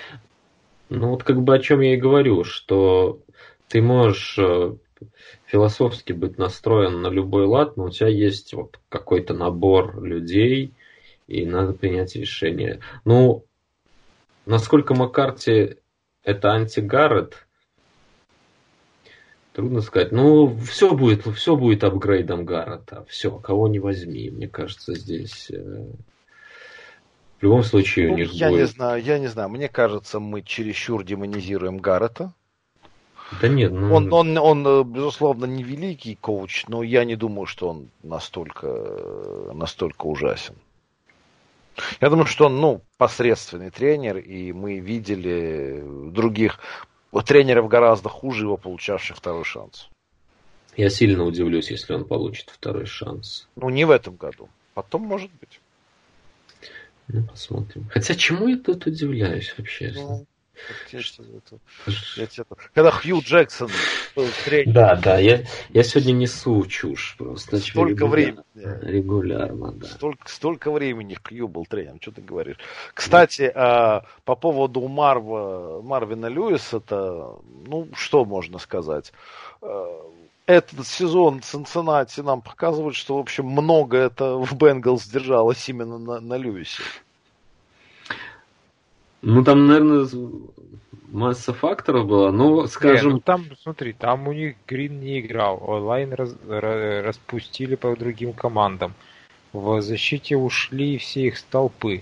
О чем я и говорю, что ты можешь философски быть настроен на любой лад, но у тебя есть вот какой-то набор людей, и надо принять решение. Насколько Маккарти это анти-Гаррет, трудно сказать. Все будет апгрейдом Гаррета. Все, кого не возьми. Мне кажется, здесь... В любом случае у них я не знаю. Мне кажется, мы чересчур демонизируем Гаррета. Да нет, Он, безусловно, не великий коуч, но я не думаю, что он настолько ужасен. Я думаю, что он, посредственный тренер, и мы видели других тренеров гораздо хуже его, получавших второй шанс. Я сильно удивлюсь, если он получит второй шанс. Не в этом году. Потом, может быть. Посмотрим. Хотя чему я тут удивляюсь вообще? Когда Хью Джексон был тренером. Да, я сегодня несу чушь просто. Столько времени. Регулярно, да. Столько времени Хью был тренером, что ты говоришь. Кстати, по поводу Марвина Льюиса, что можно сказать? Этот сезон Цинциннати нам показывает, что, в общем, много это в Бенгалс держалось именно на Льюисе. Там, наверное, масса факторов была, скажем... Там у них Грин не играл, онлайн распустили по другим командам. В защите ушли все их столпы.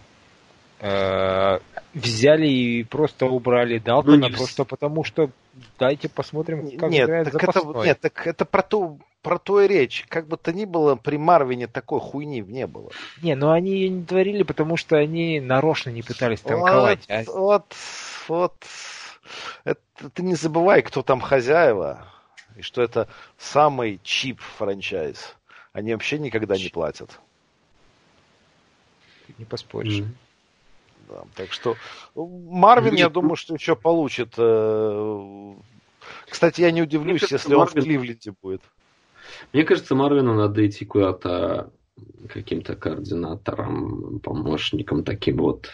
Взяли и просто убрали Далтона, просто потому что дайте посмотрим, как играет запасной. Это про то и речь. Как бы то ни было, при Марвине такой хуйни не было. Они ее не творили, потому что они нарочно не пытались танковать. Ты не забывай, кто там хозяева, и что это самый чип франчайз. Они вообще никогда не платят. Не поспоришь. Да, так что Марвин, я думаю, что еще получит. Кстати, я не удивлюсь, если он в Кливленде будет. Мне кажется, Марвину надо идти куда-то каким-то координатором, помощником таким вот.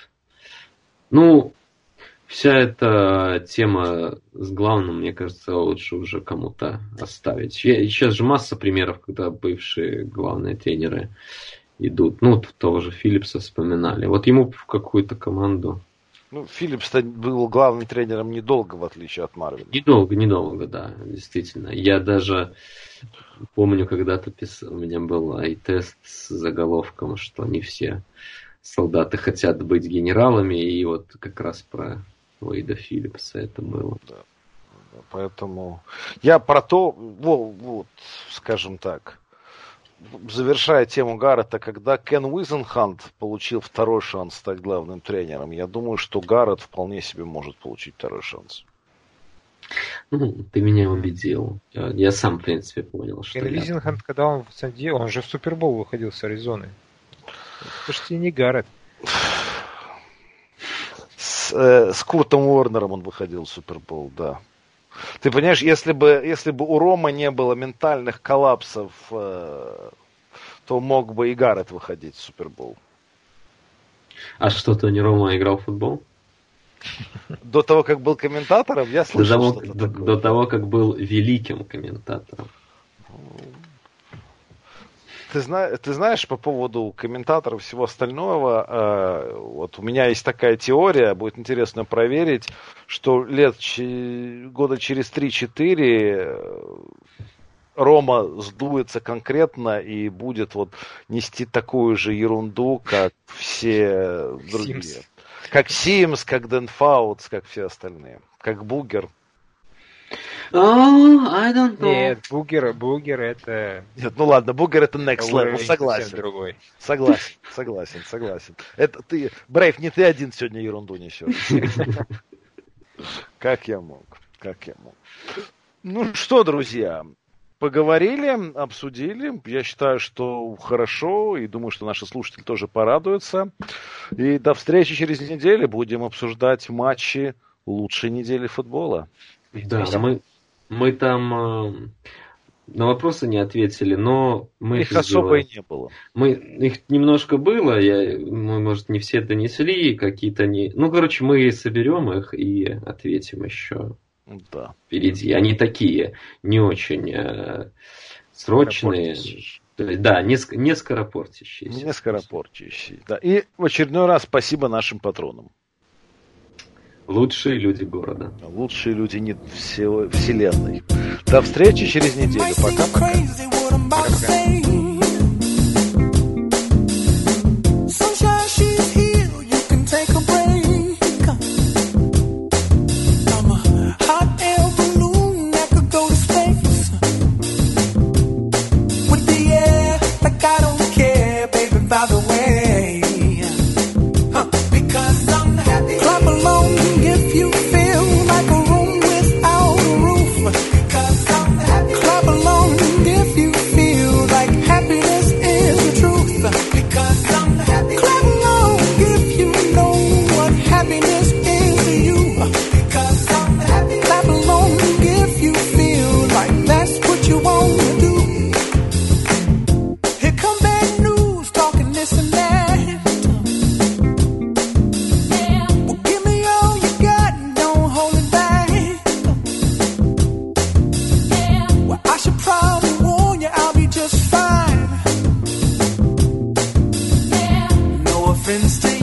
Вся эта тема с главным, мне кажется, лучше уже кому-то оставить. Сейчас же масса примеров, когда бывшие главные тренеры идут. Того же Филлипса вспоминали. Вот ему в какую-то команду. Филлипс был главным тренером недолго, в отличие от Марвина. Недолго, да, действительно. Я даже помню, когда-то у меня был ай-тест с заголовком, что не все солдаты хотят быть генералами, и вот как раз про Уэйда Филлипса это было. Да. Поэтому я про то, скажем так, завершая тему Гаррета, когда Кен Уизенхант получил второй шанс стать главным тренером, я думаю, что Гаррет вполне себе может получить второй шанс. Ты меня убедил. Я сам, в принципе, понял, что... Кен Уизенхант, когда он в Сан-Диего, он же в Супербол выходил с Аризоны. Почти не Гаррет. С Куртом Уорнером он выходил в Супербол, да. Ты понимаешь, если бы у Рома не было ментальных коллапсов, то мог бы и Гаррет выходить в Супербол. А что-то не Рома играл в футбол? До того, как был комментатором, я слышал что-то такое. До того, как был великим комментатором. Ты знаешь, по поводу комментаторов и всего остального, вот у меня есть такая теория, будет интересно проверить, что года через 3-4 Рома сдуется конкретно и будет нести такую же ерунду, как все другие. Как Симс, как Дэн Фаутс, как все остальные. Как Бугер. I don't know. Нет, бугер это... Нет, ну ладно, бугер это next level, уровень согласен. совсем другой. Согласен. Это ты, Брейв, не ты один сегодня ерунду несешь. Как я мог. Ну что, друзья, поговорили, обсудили. Я считаю, что хорошо, и думаю, что наши слушатели тоже порадуются. И до встречи через неделю. Будем обсуждать матчи лучшей недели футбола. Да, мы там на вопросы не ответили, но мы их особо и не было. Их немножко было, мы, может, не все донесли, какие-то не... Ну, короче, мы соберем их и ответим еще. Да. Впереди. Они такие, не очень срочные. Да, не скоропортящиеся. Не скоропортящие, да. И в очередной раз спасибо нашим патронам. Лучшие люди города. Лучшие люди не вселенной. До встречи через неделю. Пока-пока. Friends